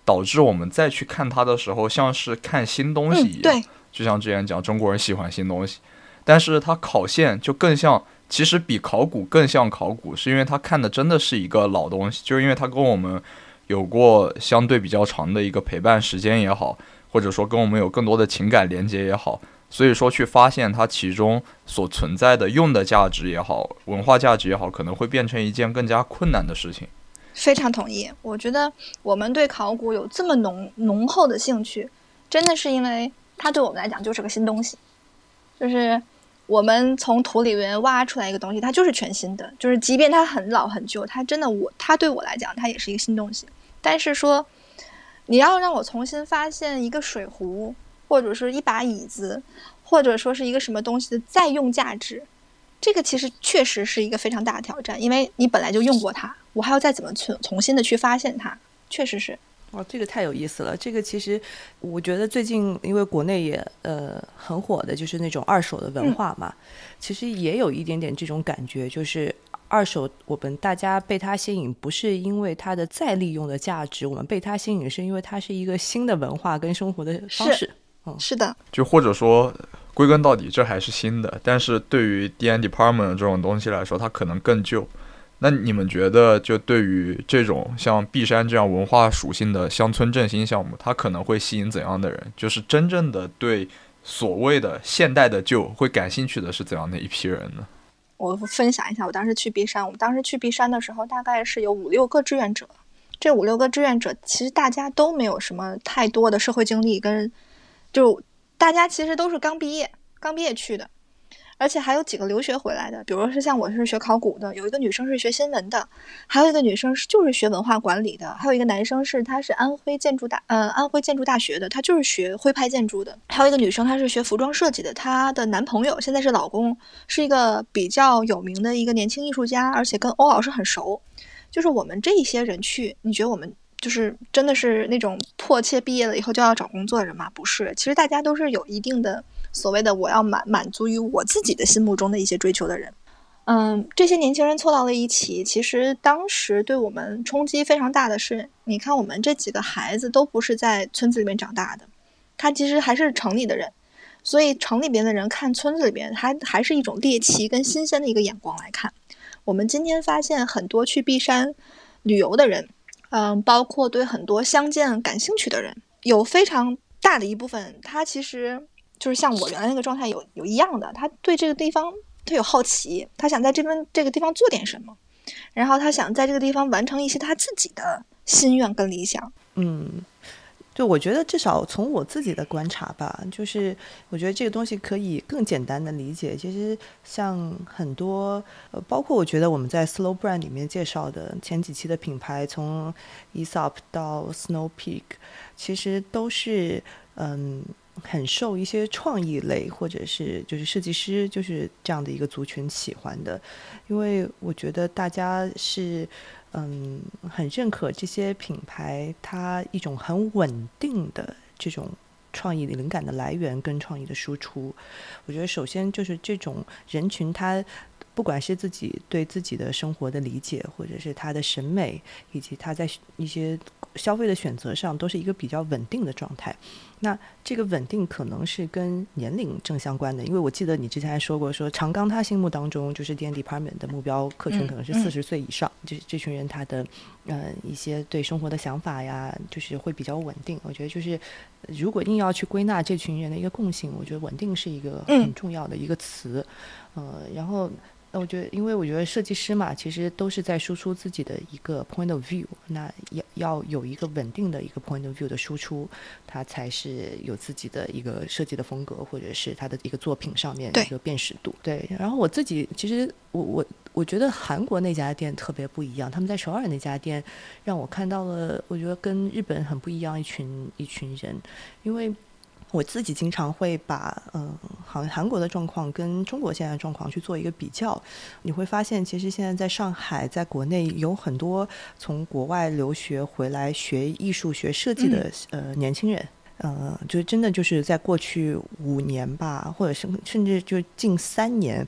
Speaker 2: 导致我们再去看它的时候像是看新东西一样、嗯、
Speaker 3: 对，
Speaker 2: 就像之前讲中国人喜欢新东西，但是它考现就更像，其实比考古更像考古，是因为它看的真的是一个老东西，就是因为它跟我们有过相对比较长的一个陪伴时间也好，或者说跟我们有更多的情感连接也好，所以说去发现它其中所存在的用的价值也好，文化价值也好，可能会变成一件更加困难的事情。
Speaker 3: 非常同意，我觉得我们对考古有这么浓浓厚的兴趣，真的是因为它对我们来讲就是个新东西，就是我们从土里面挖出来一个东西，它就是全新的，就是即便它很老很旧，它真的我它对我来讲它也是一个新东西。但是说你要让我重新发现一个水壶，或者是一把椅子，或者说是一个什么东西的再用价值，这个其实确实是一个非常大的挑战，因为你本来就用过它，我还要再怎么去重新的去发现它，确实是。
Speaker 1: 哦，这个太有意思了。这个其实我觉得最近因为国内也呃很火的就是那种二手的文化嘛、嗯、其实也有一点点这种感觉，就是二手我们大家被它吸引不是因为它的再利用的价值，我们被它吸引是因为它是一个新的文化跟生活的方式。
Speaker 3: 是、嗯、是的，
Speaker 2: 就或者说归根到底这还是新的，但是对于 D and Department 这种东西来说它可能更旧。那你们觉得就对于这种像璧山这样文化属性的乡村振兴项目，它可能会吸引怎样的人？就是真正的对所谓的现代的旧会感兴趣的是怎样的一批人呢？
Speaker 3: 我分享一下，我当时去璧山，我们当时去璧山的时候大概是有五六个志愿者，这五六个志愿者其实大家都没有什么太多的社会经历，跟就大家其实都是刚毕业刚毕业去的，而且还有几个留学回来的，比如说是像我是学考古的，有一个女生是学新闻的，还有一个女生是就是学文化管理的，还有一个男生是他是安徽建筑大呃安徽建筑大学的，他就是学徽派建筑的，还有一个女生她是学服装设计的，她的男朋友现在是老公，是一个比较有名的一个年轻艺术家，而且跟欧老师很熟。就是我们这一些人去，你觉得我们就是真的是那种迫切毕业了以后就要找工作的人吗？不是，其实大家都是有一定的所谓的我要满满足于我自己的心目中的一些追求的人。嗯，这些年轻人凑到了一起，其实当时对我们冲击非常大的是，你看我们这几个孩子都不是在村子里面长大的，他其实还是城里的人，所以城里边的人看村子里边还还是一种猎奇跟新鲜的一个眼光来看。我们今天发现很多去璧山旅游的人，嗯，包括对很多乡建感兴趣的人，有非常大的一部分他其实就是像我原来那个状态有有一样的，他对这个地方他有好奇，他想在这边这个地方做点什么，然后他想在这个地方完成一些他自己的心愿跟理想。
Speaker 1: 嗯，就我觉得至少从我自己的观察吧，就是我觉得这个东西可以更简单的理解。其实像很多呃，包括我觉得我们在 Slow Brand 里面介绍的前几期的品牌，从 E S O P 到 Snow Peak， 其实都是嗯很受一些创意类或者是就是设计师就是这样的一个族群喜欢的，因为我觉得大家是嗯很认可这些品牌它一种很稳定的这种创意灵感的来源跟创意的输出。我觉得首先就是这种人群他不管是自己对自己的生活的理解，或者是他的审美，以及他在一些消费的选择上都是一个比较稳定的状态。那这个稳定可能是跟年龄正相关的，因为我记得你之前还说过，说长冈他心目当中就是 D and Department 的目标客群可能是四十岁以上，嗯嗯、这这群人他的呃一些对生活的想法呀，就是会比较稳定。我觉得就是如果硬要去归纳这群人的一个共性，我觉得稳定是一个很重要的一个词。嗯、呃，然后。那我觉得因为我觉得设计师嘛其实都是在输出自己的一个 point of view， 那要要有一个稳定的一个 point of view 的输出，它才是有自己的一个设计的风格，或者是它的一个作品上面的一个辨识度。 对, 对，然后我自己其实我我我觉得韩国那家店特别不一样，他们在首尔那家店让我看到了我觉得跟日本很不一样一群一群人。因为我自己经常会把嗯，好像韩国的状况跟中国现在的状况去做一个比较，你会发现其实现在在上海在国内有很多从国外留学回来学艺术学设计的、嗯、呃年轻人，呃，就真的就是在过去五年吧，或者是甚至就近三年，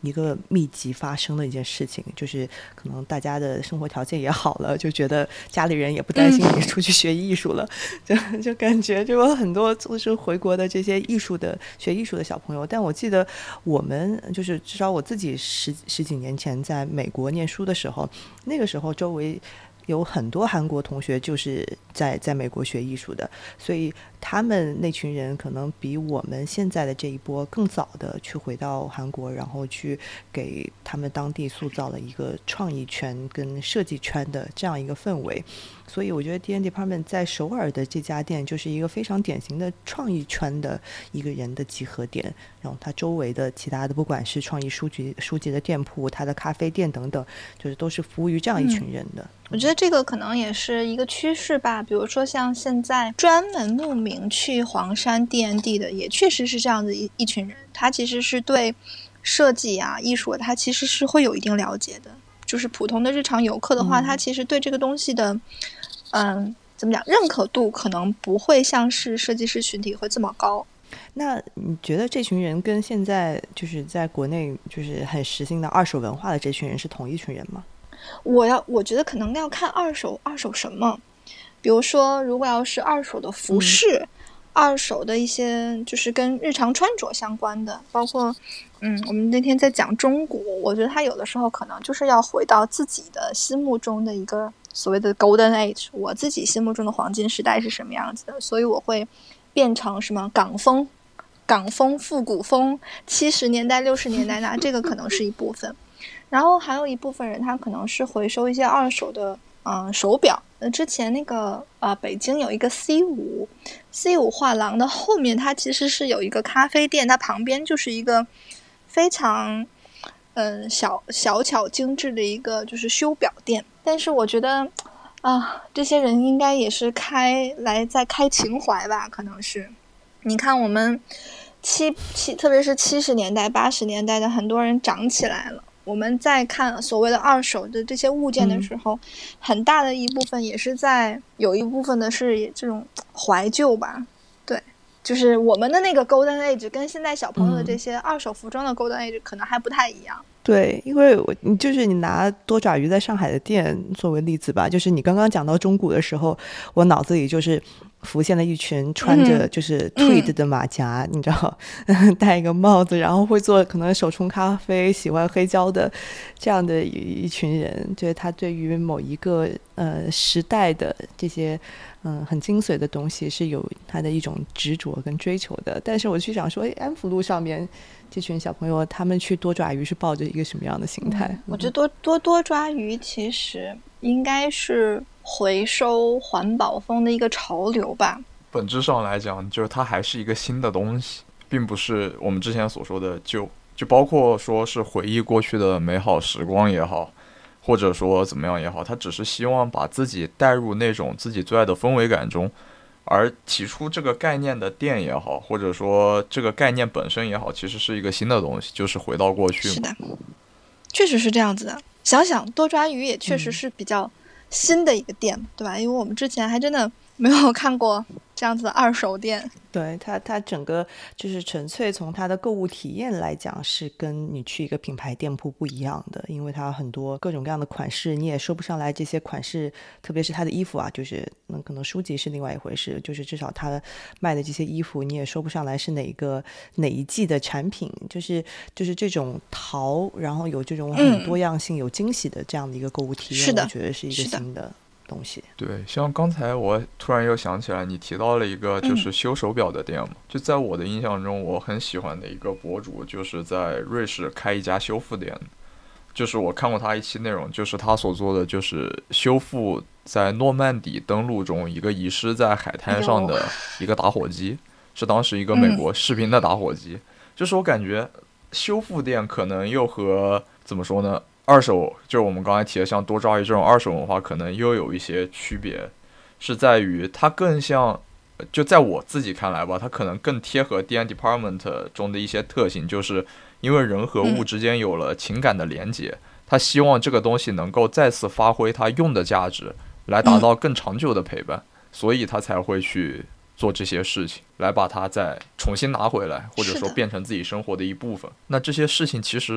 Speaker 1: 一个密集发生的一件事情，就是可能大家的生活条件也好了，就觉得家里人也不担心你出去学艺术了，嗯、就就感觉就有很多就是回国的这些艺术的学艺术的小朋友。但我记得我们就是至少我自己十十几年前在美国念书的时候，那个时候周围有很多韩国同学就是在在美国学艺术的，所以他们那群人可能比我们现在的这一波更早的去回到韩国，然后去给他们当地塑造了一个创意圈跟设计圈的这样一个氛围。所以我觉得 D and Department 在首尔的这家店就是一个非常典型的创意圈的一个人的集合点，然后它周围的其他的不管是创意书籍书籍的店铺，它的咖啡店等等，就是都是服务于这样一群人的、嗯、
Speaker 3: 我觉得这个可能也是一个趋势吧。比如说像现在专门慕名去黄山 D and D 的也确实是这样的 一, 一群人，他其实是对设计啊艺术他其实是会有一定了解的。就是普通的日常游客的话、嗯、他其实对这个东西的嗯，怎么讲，认可度可能不会像是设计师群体会这么高。
Speaker 1: 那你觉得这群人跟现在就是在国内就是很时兴的二手文化的这群人是同一群人吗？
Speaker 3: 我要我觉得可能要看二手二手什么。比如说如果要是二手的服饰、嗯、二手的一些就是跟日常穿着相关的，包括嗯，我们那天在讲中古，我觉得他有的时候可能就是要回到自己的心目中的一个所谓的 golden age， 我自己心目中的黄金时代是什么样子的，所以我会变成什么港风港风复古风七十年代六十年代，那这个可能是一部分。然后还有一部分人他可能是回收一些二手的嗯、呃、手表。呃之前那个呃北京有一个 C 五 C 五 画廊的后面，它其实是有一个咖啡店，它旁边就是一个非常嗯小小巧精致的一个就是修表店。但是我觉得啊，这些人应该也是开来在开情怀吧，可能是。你看我们七七，特别是七十年代、八十年代的很多人长起来了。我们在看所谓的二手的这些物件的时候、嗯，很大的一部分也是在有一部分的是这种怀旧吧。对，就是我们的那个 Golden Age 跟现在小朋友的这些二手服装的 Golden Age 可能还不太一样。
Speaker 1: 对，因为我你就是你拿多爪鱼在上海的店作为例子吧，就是你刚刚讲到中古的时候，我脑子里就是浮现了一群穿着就是 tweed 的马甲、嗯、你知道戴一个帽子，然后会做可能手冲咖啡喜欢黑胶的这样的一群人，就是他对于某一个呃时代的这些嗯很精髓的东西是有他的一种执着跟追求的。但是我去想说，哎，安福路上面这群小朋友他们去多爪鱼是抱着一个什么样的心态、嗯、
Speaker 3: 我觉得多多多抓鱼其实应该是回收环保风的一个潮流吧。
Speaker 2: 本质上来讲就是它还是一个新的东西，并不是我们之前所说的旧，就包括说是回忆过去的美好时光也好，或者说怎么样也好，它只是希望把自己带入那种自己最爱的氛围感中。而提出这个概念的店也好，或者说这个概念本身也好，其实是一个新的东西，就是回到过去嘛。
Speaker 3: 是的，确实是这样子的。想想多抓鱼也确实是比较新的一个店、嗯、对吧？因为我们之前还真的没有看过这样子的二手店。
Speaker 1: 对，它它整个就是纯粹从它的购物体验来讲是跟你去一个品牌店铺不一样的，因为它很多各种各样的款式你也说不上来这些款式，特别是它的衣服啊，就是嗯，可能书籍是另外一回事，就是至少它卖的这些衣服你也说不上来是哪一个哪一季的产品，就是就是这种淘，然后有这种很多样性、嗯、有惊喜的这样的一个购物体验，我觉得是一个新的东西。
Speaker 2: 对，像刚才我突然又想起来你提到了一个就是修手表的店嘛、嗯、就在我的印象中我很喜欢的一个博主就是在瑞士开一家修复店，就是我看过他一期内容，就是他所做的就是修复在诺曼底登陆中一个遗失在海滩上的一个打火机，是当时一个美国士兵的打火机、嗯、就是我感觉修复店可能又和怎么说呢，二手就是我们刚才提的像多抓鱼这种二手文化可能又有一些区别，是在于它更像，就在我自己看来吧，它可能更贴合 D and Department 中的一些特性，就是因为人和物之间有了情感的连结，他希望这个东西能够再次发挥它用的价值，来达到更长久的陪伴，所以他才会去做这些事情，来把它再重新拿回来，或者说变成自己生活的一部分。那这些事情其实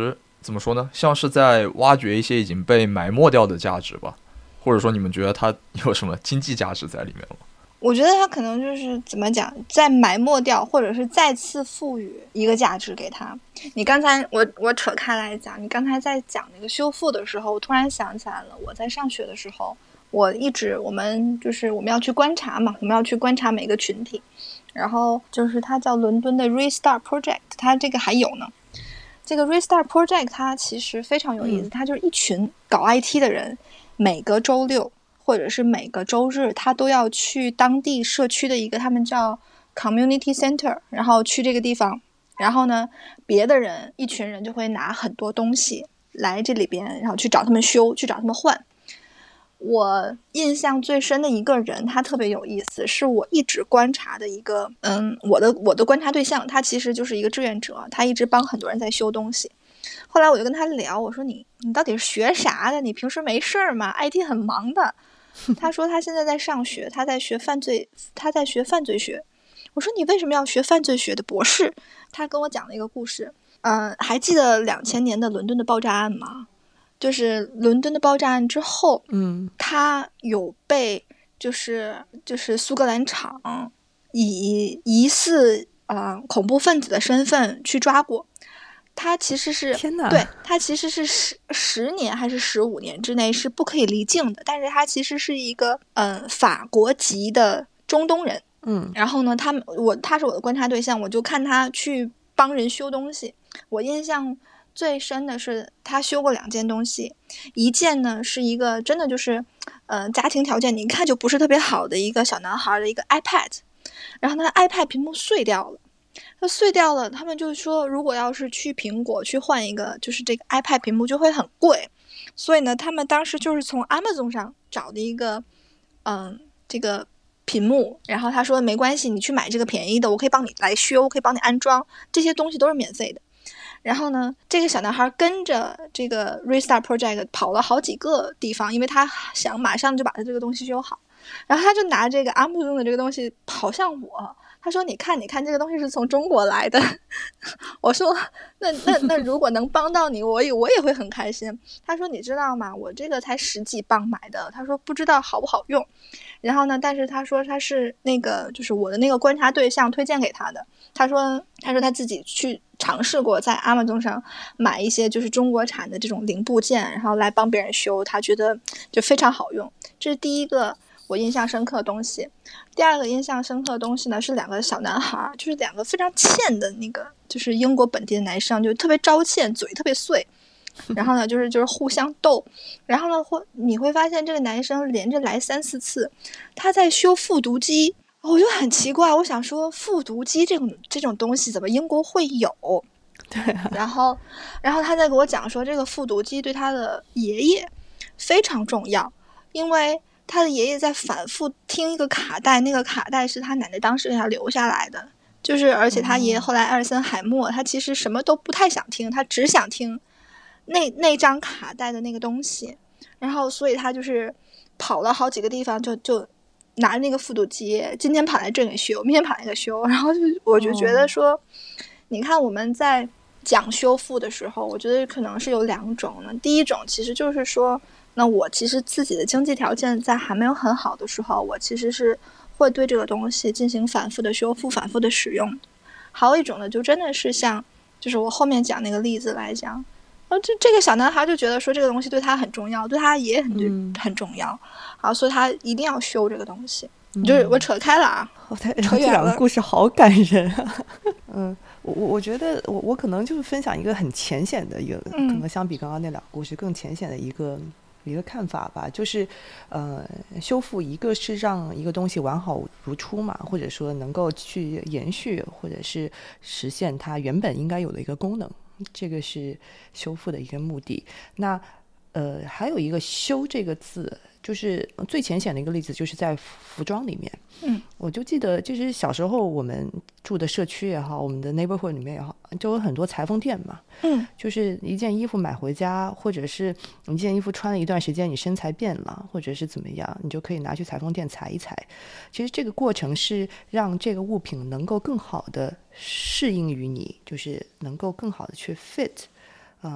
Speaker 2: 怎么说呢，像是在挖掘一些已经被埋没掉的价值吧，或者说你们觉得它有什么经济价值在里面吗？
Speaker 3: 我觉得它可能就是怎么讲，在埋没掉，或者是再次赋予一个价值给它。你刚才我我扯开来讲，你刚才在讲那个修复的时候，我突然想起来了，我在上学的时候，我一直我们就是我们要去观察嘛，我们要去观察每个群体，然后就是它叫伦敦的 Restart Project， 它这个还有呢。这个 Restart Project 它其实非常有意思，它就是一群搞 I T 的人，每个周六或者是每个周日，他都要去当地社区的一个他们叫 Community Center， 然后去这个地方，然后呢，别的人一群人就会拿很多东西来这里边，然后去找他们修，去找他们换。我印象最深的一个人，他特别有意思，是我一直观察的一个，嗯，我的我的观察对象，他其实就是一个志愿者，他一直帮很多人在修东西。后来我就跟他聊，我说你你到底是学啥的？你平时没事吗 ？I T 很忙的。他说他现在在上学，他在学犯罪，他在学犯罪学。我说你为什么要学犯罪学的博士？他跟我讲了一个故事，嗯、呃，还记得两千年的伦敦的爆炸案吗？就是伦敦的爆炸案之后，
Speaker 1: 嗯，
Speaker 3: 他有被就是就是苏格兰场以疑似呃恐怖分子的身份去抓过。他其实是
Speaker 1: 天哪，
Speaker 3: 对他其实是十十年还是十五年之内是不可以离境的，但是他其实是一个嗯、呃、法国籍的中东人，
Speaker 1: 嗯，
Speaker 3: 然后呢，他们我他是我的观察对象，我就看他去帮人修东西。我印象最深的是他修过两件东西，一件呢是一个真的就是呃家庭条件你一看就不是特别好的一个小男孩的一个 iPad， 然后呢 iPad 屏幕碎掉了。它碎掉了，他们就说如果要是去苹果去换一个就是这个 iPad 屏幕就会很贵，所以呢他们当时就是从 Amazon 上找的一个嗯这个屏幕，然后他说没关系，你去买这个便宜的，我可以帮你来修，可以帮你安装，这些东西都是免费的。然后呢这个小男孩跟着这个 Restart Project 跑了好几个地方，因为他想马上就把他这个东西修好，然后他就拿这个 Amazon 的这个东西跑向我，他说你看你看这个东西是从中国来的我说那那那如果能帮到你我也我也会很开心。他说你知道吗，我这个才十几磅买的，他说不知道好不好用，然后呢但是他说他是那个就是我的那个观察对象推荐给他的，他说他说他自己去尝试过在 Amazon 上买一些就是中国产的这种零部件，然后来帮别人修，他觉得就非常好用。这是第一个我印象深刻的东西。第二个印象深刻的东西呢是两个小男孩，就是两个非常欠的那个就是英国本地的男生，就特别招欠，嘴特别碎，然后呢就是就是互相斗，然后呢会你会发现这个男生连着来三四次他在修复读机，我就很奇怪，我想说复读机这种这种东西怎么英国会有？
Speaker 1: 对啊，
Speaker 3: 然后然后他在给我讲说这个复读机对他的爷爷非常重要，因为他的爷爷在反复听一个卡带，那个卡带是他奶奶当时给他留下来的，就是而且他爷爷后来艾尔森海默，他其实什么都不太想听，他只想听那那张卡带的那个东西，然后所以他就是跑了好几个地方，就就拿着那个复读机，今天跑来这里修，明天跑来那个修，然后就我就觉得说、哦、你看我们在讲修复的时候，我觉得可能是有两种呢。第一种其实就是说，那我其实自己的经济条件在还没有很好的时候，我其实是会对这个东西进行反复的修复，反复的使用。还有一种呢，就真的是像就是我后面讲那个例子来讲，呃，这这个小男孩就觉得说这个东西对他很重要，对他也很、嗯、很重要，好，所以他一定要修这个东西。嗯、就是我扯开了啊，
Speaker 1: 哦、扯远了。这两个故事好感人啊。嗯，我我觉得我我可能就是分享一个很浅显的一个、嗯，可能相比刚刚那两个故事更浅显的一个一个看法吧，就是呃，修复一个是让一个东西完好如初嘛，或者说能够去延续，或者是实现它原本应该有的一个功能，这个是修复的一个目的。那呃，还有一个修这个字，就是最浅显的一个例子，就是在服装里面。嗯，我就记得，就是小时候我们住的社区也好，我们的 neighborhood 里面也好，就有很多裁缝店嘛。嗯，就是一件衣服买回家，或者是一件衣服穿了一段时间，你身材变了，或者是怎么样，你就可以拿去裁缝店裁一裁。其实这个过程是让这个物品能够更好的适应于你，就是能够更好的去 fit， 嗯、呃。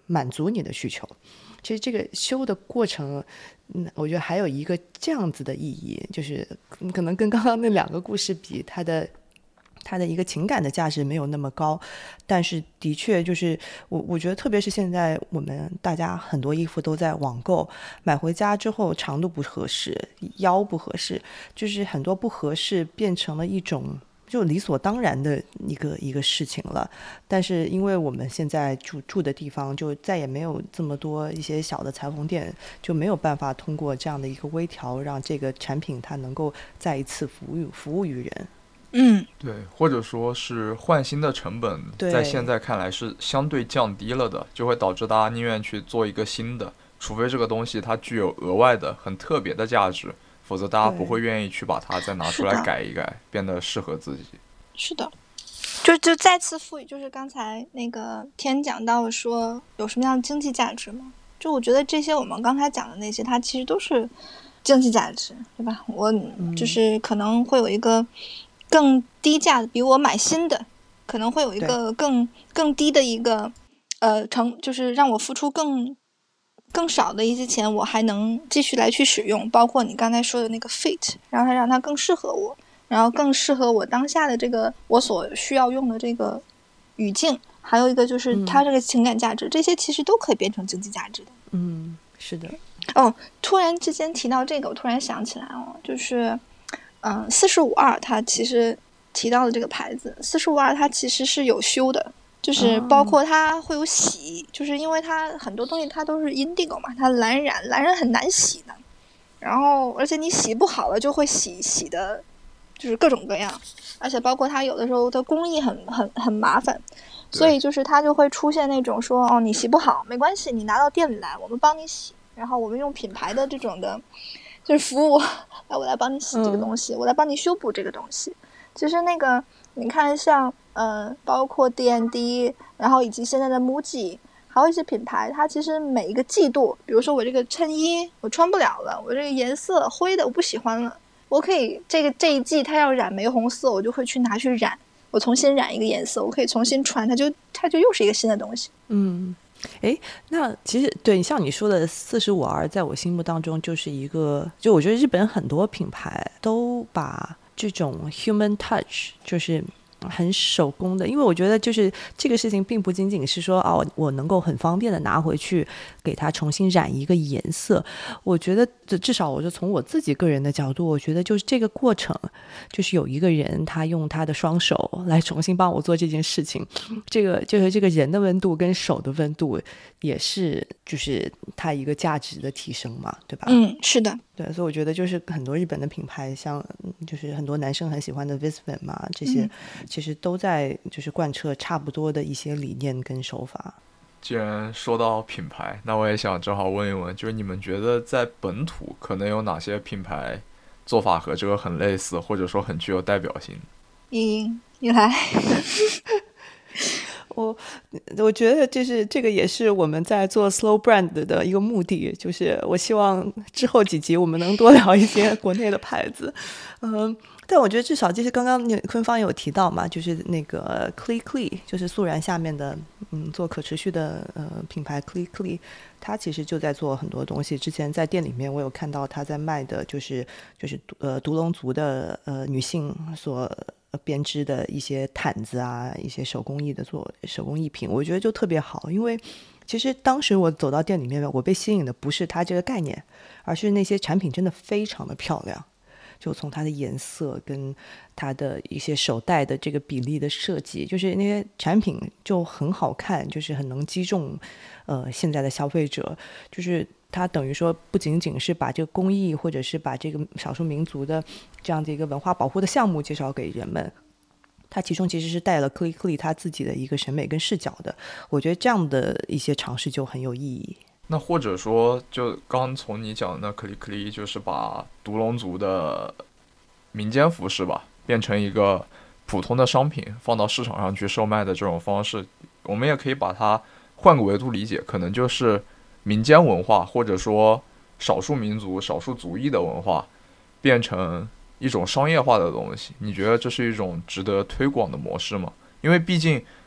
Speaker 1: 满足你的需求。其实这个修的过程，嗯，我觉得还有一个这样子的意义，就是可能跟刚刚那两个故事比，它的它的一个情感的价值没有那么高，但是的确就是我我觉得特别是现在我们大家很多衣服都在网购，买回家之后长度不合适，腰不合适，就是很多不合适变成了一种就理所当然的一个一个事情了。但是因为我们现在住住的地方就再也没有这么多一些小的裁缝店，就没有办法通过这样的一个微调让这个产品它能够再一次服务服务于人。
Speaker 3: 嗯，
Speaker 2: 对，或者说是换新的成本在现在看来是相对降低了的，就会导致大家宁愿去做一个新的，除非这个东西它具有额外的很特别的价值，否则大家不会愿意去把它再拿出来改一改，变得适合自己。
Speaker 3: 是的，就就再次赋予，就是刚才那个天讲到说有什么样的经济价值吗？就我觉得这些我们刚才讲的那些，它其实都是经济价值，对吧？我就是可能会有一个更低价的，比我买新的可能会有一个更更低的一个呃成，就是让我付出更更少的一些钱，我还能继续来去使用。包括你刚才说的那个 fit， 让它让它更适合我，然后更适合我当下的这个我所需要用的这个语境。还有一个就是它这个情感价值、嗯、这些其实都可以变成经济价值的。
Speaker 1: 嗯，是的。
Speaker 3: 哦，突然之间提到这个，我突然想起来哦，就是嗯，四十五二它其实提到的这个牌子，四十五二它其实是有修的，就是包括它会有洗、哦、就是因为它很多东西它都是 indigo 嘛，它蓝染，蓝染很难洗的，然后而且你洗不好了就会洗洗的就是各种各样，而且包括它有的时候的工艺很很很麻烦，所以就是它就会出现那种说哦，你洗不好没关系，你拿到店里来我们帮你洗，然后我们用品牌的这种的就是服务，哎，我来帮你洗这个东西、嗯、我来帮你修补这个东西。其实那个你看像呃，包括 D and D， 然后以及现在的 MUJI， 还有一些品牌，它其实每一个季度，比如说我这个衬衣我穿不了了，我这个颜色灰的我不喜欢了，我可以这个这一季它要染玫红色，我就会去拿去染，我重新染一个颜色，我可以重新穿，它就它就又是一个新的东西。
Speaker 1: 嗯。哎，那其实对像你说的四十五 R， 在我心目当中就是一个，就我觉得日本很多品牌都把这种 human touch， 就是很手工的，因为我觉得就是这个事情并不仅仅是说哦，我能够很方便的拿回去给它重新染一个颜色，我觉得至少我就从我自己个人的角度，我觉得就是这个过程，就是有一个人他用他的双手来重新帮我做这件事情，这个就是这个人的温度跟手的温度也是就是它一个价值的提升嘛，对吧？
Speaker 3: 嗯，是的。
Speaker 1: 对，所以我觉得就是很多日本的品牌，像就是很多男生很喜欢的 Visvim 嘛，这些、嗯、其实都在就是贯彻差不多的一些理念跟手法。
Speaker 2: 既然说到品牌，那我也想正好问一问，就是你们觉得在本土可能有哪些品牌做法和这个很类似，或者说很具有代表性？
Speaker 3: 你你来。
Speaker 1: 我我觉得就是这个也是我们在做 Slow Brand 的一个目的，就是我希望之后几集我们能多聊一些国内的牌子。嗯，但我觉得至少就是刚刚坤芳有提到嘛，就是那个 Clee Clee， 就是素然下面的嗯做可持续的呃品牌 Clee Clee， 它其实就在做很多东西。之前在店里面我有看到他在卖的就是就是呃独龙族的呃女性所编织的一些毯子啊，一些手工艺的做手工艺品，我觉得就特别好。因为其实当时我走到店里面，我被吸引的不是它这个概念，而是那些产品真的非常的漂亮，就从它的颜色跟它的一些手带的这个比例的设计，就是那些产品就很好看，就是很能击中呃现在的消费者，就是它等于说不仅仅是把这个工艺或者是把这个少数民族的这样的一个文化保护的项目介绍给人们，它其中其实是带了克里克里他自己的一个审美跟视角的，我觉得这样的一些尝试就很有意义。
Speaker 2: 那或者说就刚从你讲的那克里克里，就是把独龙族的民间服饰吧变成一个普通的商品放到市场上去售卖的这种方式，我们也可以把它换个维度理解，可能就是民间文化或者说少数民族少数族裔的文化变成一种商业化的东西，你觉得这是一种值得推广的模式吗？因为毕竟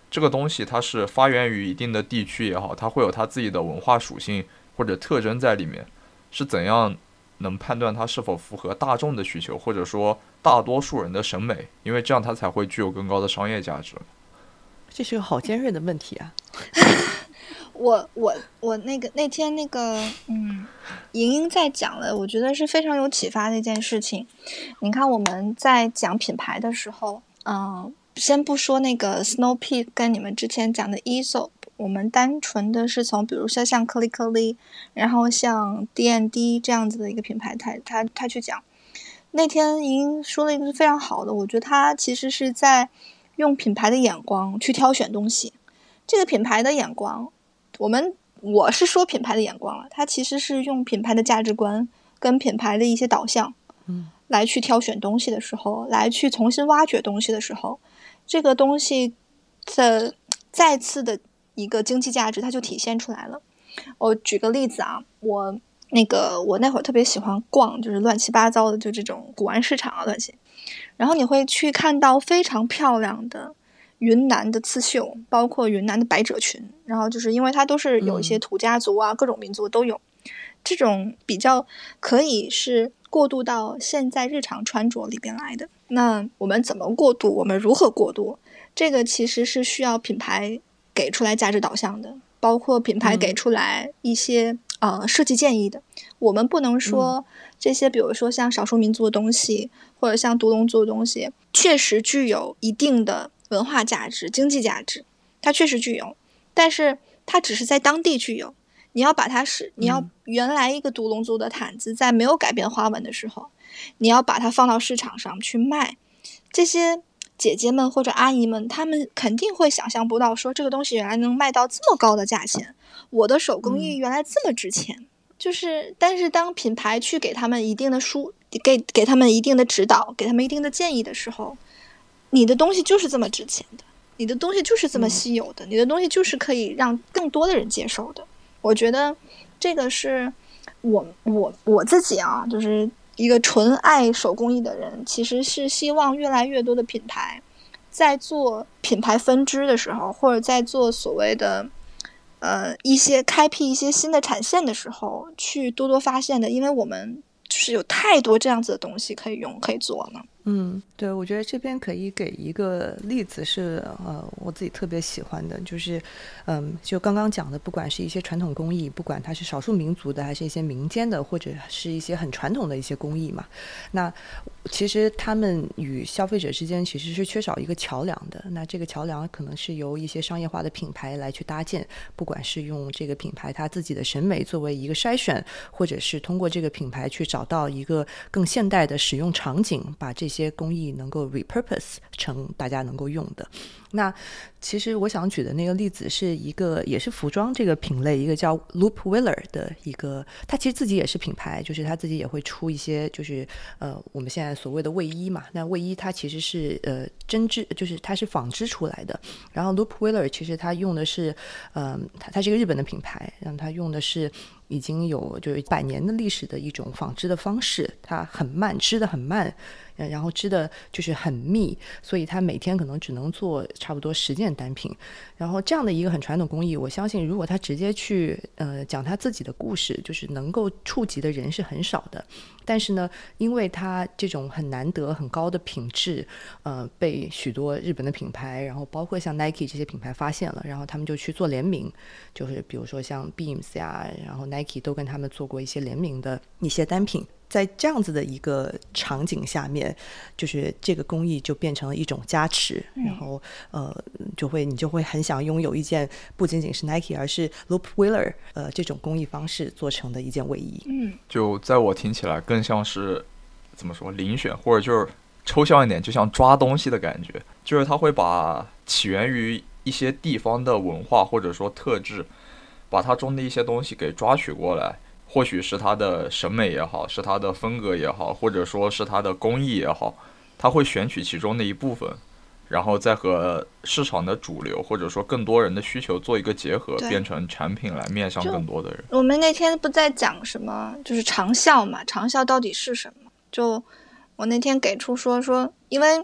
Speaker 2: 这个东西它是发源于一定的地区也好，它会有它自己的文化属性或者特征在里面，是怎样能判断它是否符合大众的需求，或者说大多数人的审美，因为这样它才会具有更高的商业价值。
Speaker 1: 这是个好尖锐的问题啊。
Speaker 3: 我我我那个那天那个嗯，莹莹在讲了，我觉得是非常有启发的一件事情。你看我们在讲品牌的时候，嗯、呃，先不说那个 Snow Peak 跟你们之前讲的 Aesop， 我们单纯的是从比如说像 Kali Kali， 然后像 D and D 这样子的一个品牌，他他他去讲。那天莹莹说了一个是非常好的，我觉得他其实是在用品牌的眼光去挑选东西。这个品牌的眼光，我们我是说品牌的眼光了，它其实是用品牌的价值观跟品牌的一些导向，
Speaker 1: 嗯，
Speaker 3: 来去挑选东西的时候，来去重新挖掘东西的时候，这个东西的再次的一个经济价值它就体现出来了。我举个例子啊，我那个我那会儿特别喜欢逛，就是乱七八糟的就这种古玩市场啊乱七，然后你会去看到非常漂亮的云南的刺绣，包括云南的百褶裙，然后就是因为它都是有一些土家族啊、嗯、各种民族都有，这种比较可以是过渡到现在日常穿着里边来的。那我们怎么过渡，我们如何过渡，这个其实是需要品牌给出来价值导向的，包括品牌给出来一些、嗯、呃设计建议的。我们不能说这些比如说像少数民族的东西或者像独龙族的东西确实具有一定的文化价值、经济价值，它确实具有，但是它只是在当地具有。你要把它是，你要原来一个独龙族的毯子，在没有改变花纹的时候，你要把它放到市场上去卖，这些姐姐们或者阿姨们，她们肯定会想象不到，说这个东西原来能卖到这么高的价钱，我的手工艺原来这么值钱。就是，但是当品牌去给他们一定的书，给给他们一定的指导，给他们一定的建议的时候，你的东西就是这么值钱的，你的东西就是这么稀有的、嗯、你的东西就是可以让更多的人接受的。我觉得这个是我我我自己啊，就是一个纯爱手工艺的人，其实是希望越来越多的品牌在做品牌分支的时候，或者在做所谓的呃一些开辟一些新的产线的时候，去多多发现的，因为我们就是有太多这样子的东西可以用可以做了。
Speaker 1: 嗯，对，我觉得这边可以给一个例子是呃我自己特别喜欢的，就是嗯就刚刚讲的，不管是一些传统工艺，不管它是少数民族的还是一些民间的，或者是一些很传统的一些工艺嘛，那其实他们与消费者之间其实是缺少一个桥梁的。那这个桥梁可能是由一些商业化的品牌来去搭建，不管是用这个品牌它自己的审美作为一个筛选，或者是通过这个品牌去找到一个更现代的使用场景，把这些工艺能够 repurpose 成大家能够用的。那其实我想举的那个例子是一个也是服装这个品类，一个叫 Loop Wheeler 的一个，他其实自己也是品牌，就是他自己也会出一些就是呃我们现在所谓的卫衣嘛。那卫衣它其实是呃针织，就是它是纺织出来的。然后 Loop Wheeler 其实它用的是呃它它是一个日本的品牌，然后它用的是已经有就是百年的历史的一种纺织的方式，它很慢，织得很慢，然后织的就是很密，所以它每天可能只能做差不多十件单品。然后这样的一个很传统工艺，我相信如果他直接去呃讲他自己的故事，就是能够触及的人是很少的。但是呢，因为它这种很难得很高的品质，呃，被许多日本的品牌，然后包括像 Nike 这些品牌发现了，然后他们就去做联名，就是比如说像 Beams 呀，然后 Nike 都跟他们做过一些联名的一些单品。在这样子的一个场景下面，就是这个工艺就变成了一种加持，嗯、然后呃，就会你就会很想拥有一件不仅仅是 Nike 而是 Loop Wheeler 呃这种工艺方式做成的一件卫衣。
Speaker 3: 嗯，
Speaker 2: 就在我听起来更像是怎么说遴选，或者就是抽象一点，就像抓东西的感觉，就是它会把起源于一些地方的文化或者说特质，把它中的一些东西给抓取过来。或许是他的审美也好，是他的风格也好，或者说是他的工艺也好，他会选取其中的一部分，然后再和市场的主流或者说更多人的需求做一个结合，变成产品来面向更多的人。
Speaker 3: 我们那天不在讲什么就是长效嘛，长效到底是什么，就我那天给出说说因为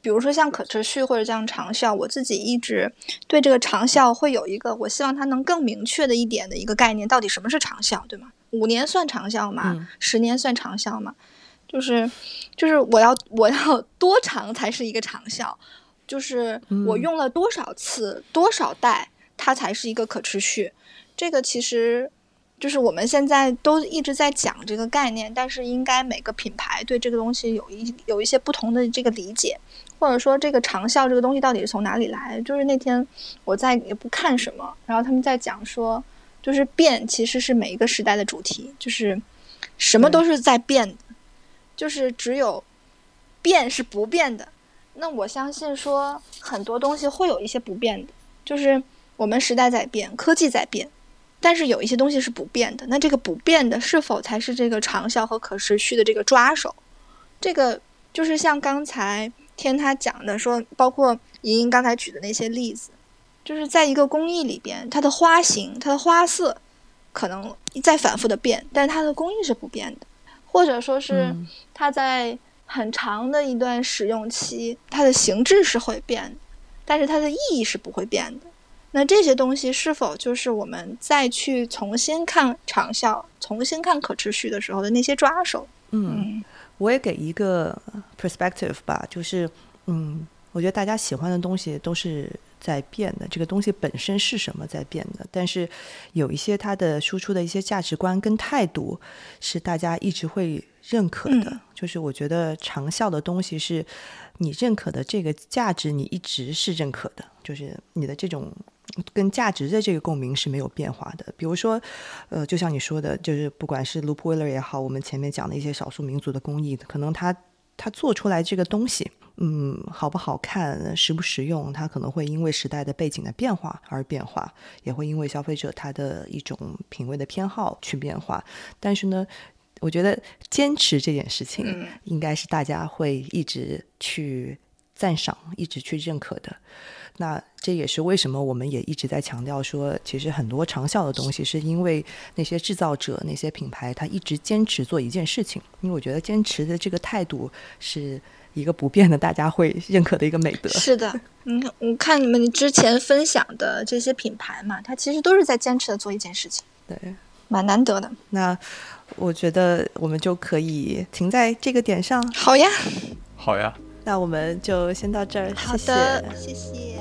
Speaker 3: 比如说像可持续或者像长效，我自己一直对这个长效会有一个，我希望它能更明确的一点的一个概念，到底什么是长效，对吗？五年算长效吗？
Speaker 1: 嗯、
Speaker 3: 十年算长效吗？就是就是我要我要多长才是一个长效？就是我用了多少次、嗯、多少代，它才是一个可持续。这个其实就是我们现在都一直在讲这个概念，但是应该每个品牌对这个东西有一有一些不同的这个理解，或者说这个长效这个东西到底是从哪里来。就是那天我在也不看什么，然后他们在讲说，就是变其实是每一个时代的主题，就是什么都是在变的，就是只有变是不变的。那我相信说很多东西会有一些不变的，就是我们时代在变，科技在变，但是有一些东西是不变的，那这个不变的是否才是这个长效和可持续的这个抓手？这个就是像刚才天他讲的说，包括莹莹刚才举的那些例子，就是在一个工艺里边，它的花型、它的花色可能在反复的变，但是它的工艺是不变的，或者说是它在很长的一段使用期，它的形制是会变的，但是它的意义是不会变的。那这些东西是否就是我们再去重新看长效、重新看可持续的时候的那些抓手？
Speaker 1: 嗯，嗯我也给一个 perspective 吧，就是嗯，我觉得大家喜欢的东西都是在变的，这个东西本身是什么在变的，但是有一些它的输出的一些价值观跟态度是大家一直会认可的、嗯、就是我觉得长效的东西是你认可的这个价值你一直是认可的，就是你的这种跟价值的这个共鸣是没有变化的。比如说呃，就像你说的，就是不管是 Loop Wheeler 也好，我们前面讲的一些少数民族的工艺，可能它它做出来这个东西嗯，好不好看实不实用，它可能会因为时代的背景的变化而变化，也会因为消费者他的一种品味的偏好去变化。但是呢我觉得坚持这件事情应该是大家会一直去赞赏一直去认可的。那这也是为什么我们也一直在强调说，其实很多长效的东西是因为那些制造者那些品牌他一直坚持做一件事情，因为我觉得坚持的这个态度是一个不变的大家会认可的一个美德。
Speaker 3: 是的，嗯，我看你们之前分享的这些品牌嘛，它其实都是在坚持的做一件事情，
Speaker 1: 对，
Speaker 3: 蛮难得的。
Speaker 1: 那我觉得我们就可以停在这个点上。
Speaker 3: 好呀，
Speaker 2: 好呀，
Speaker 1: 那我们就先到这儿。
Speaker 3: 好的，谢谢。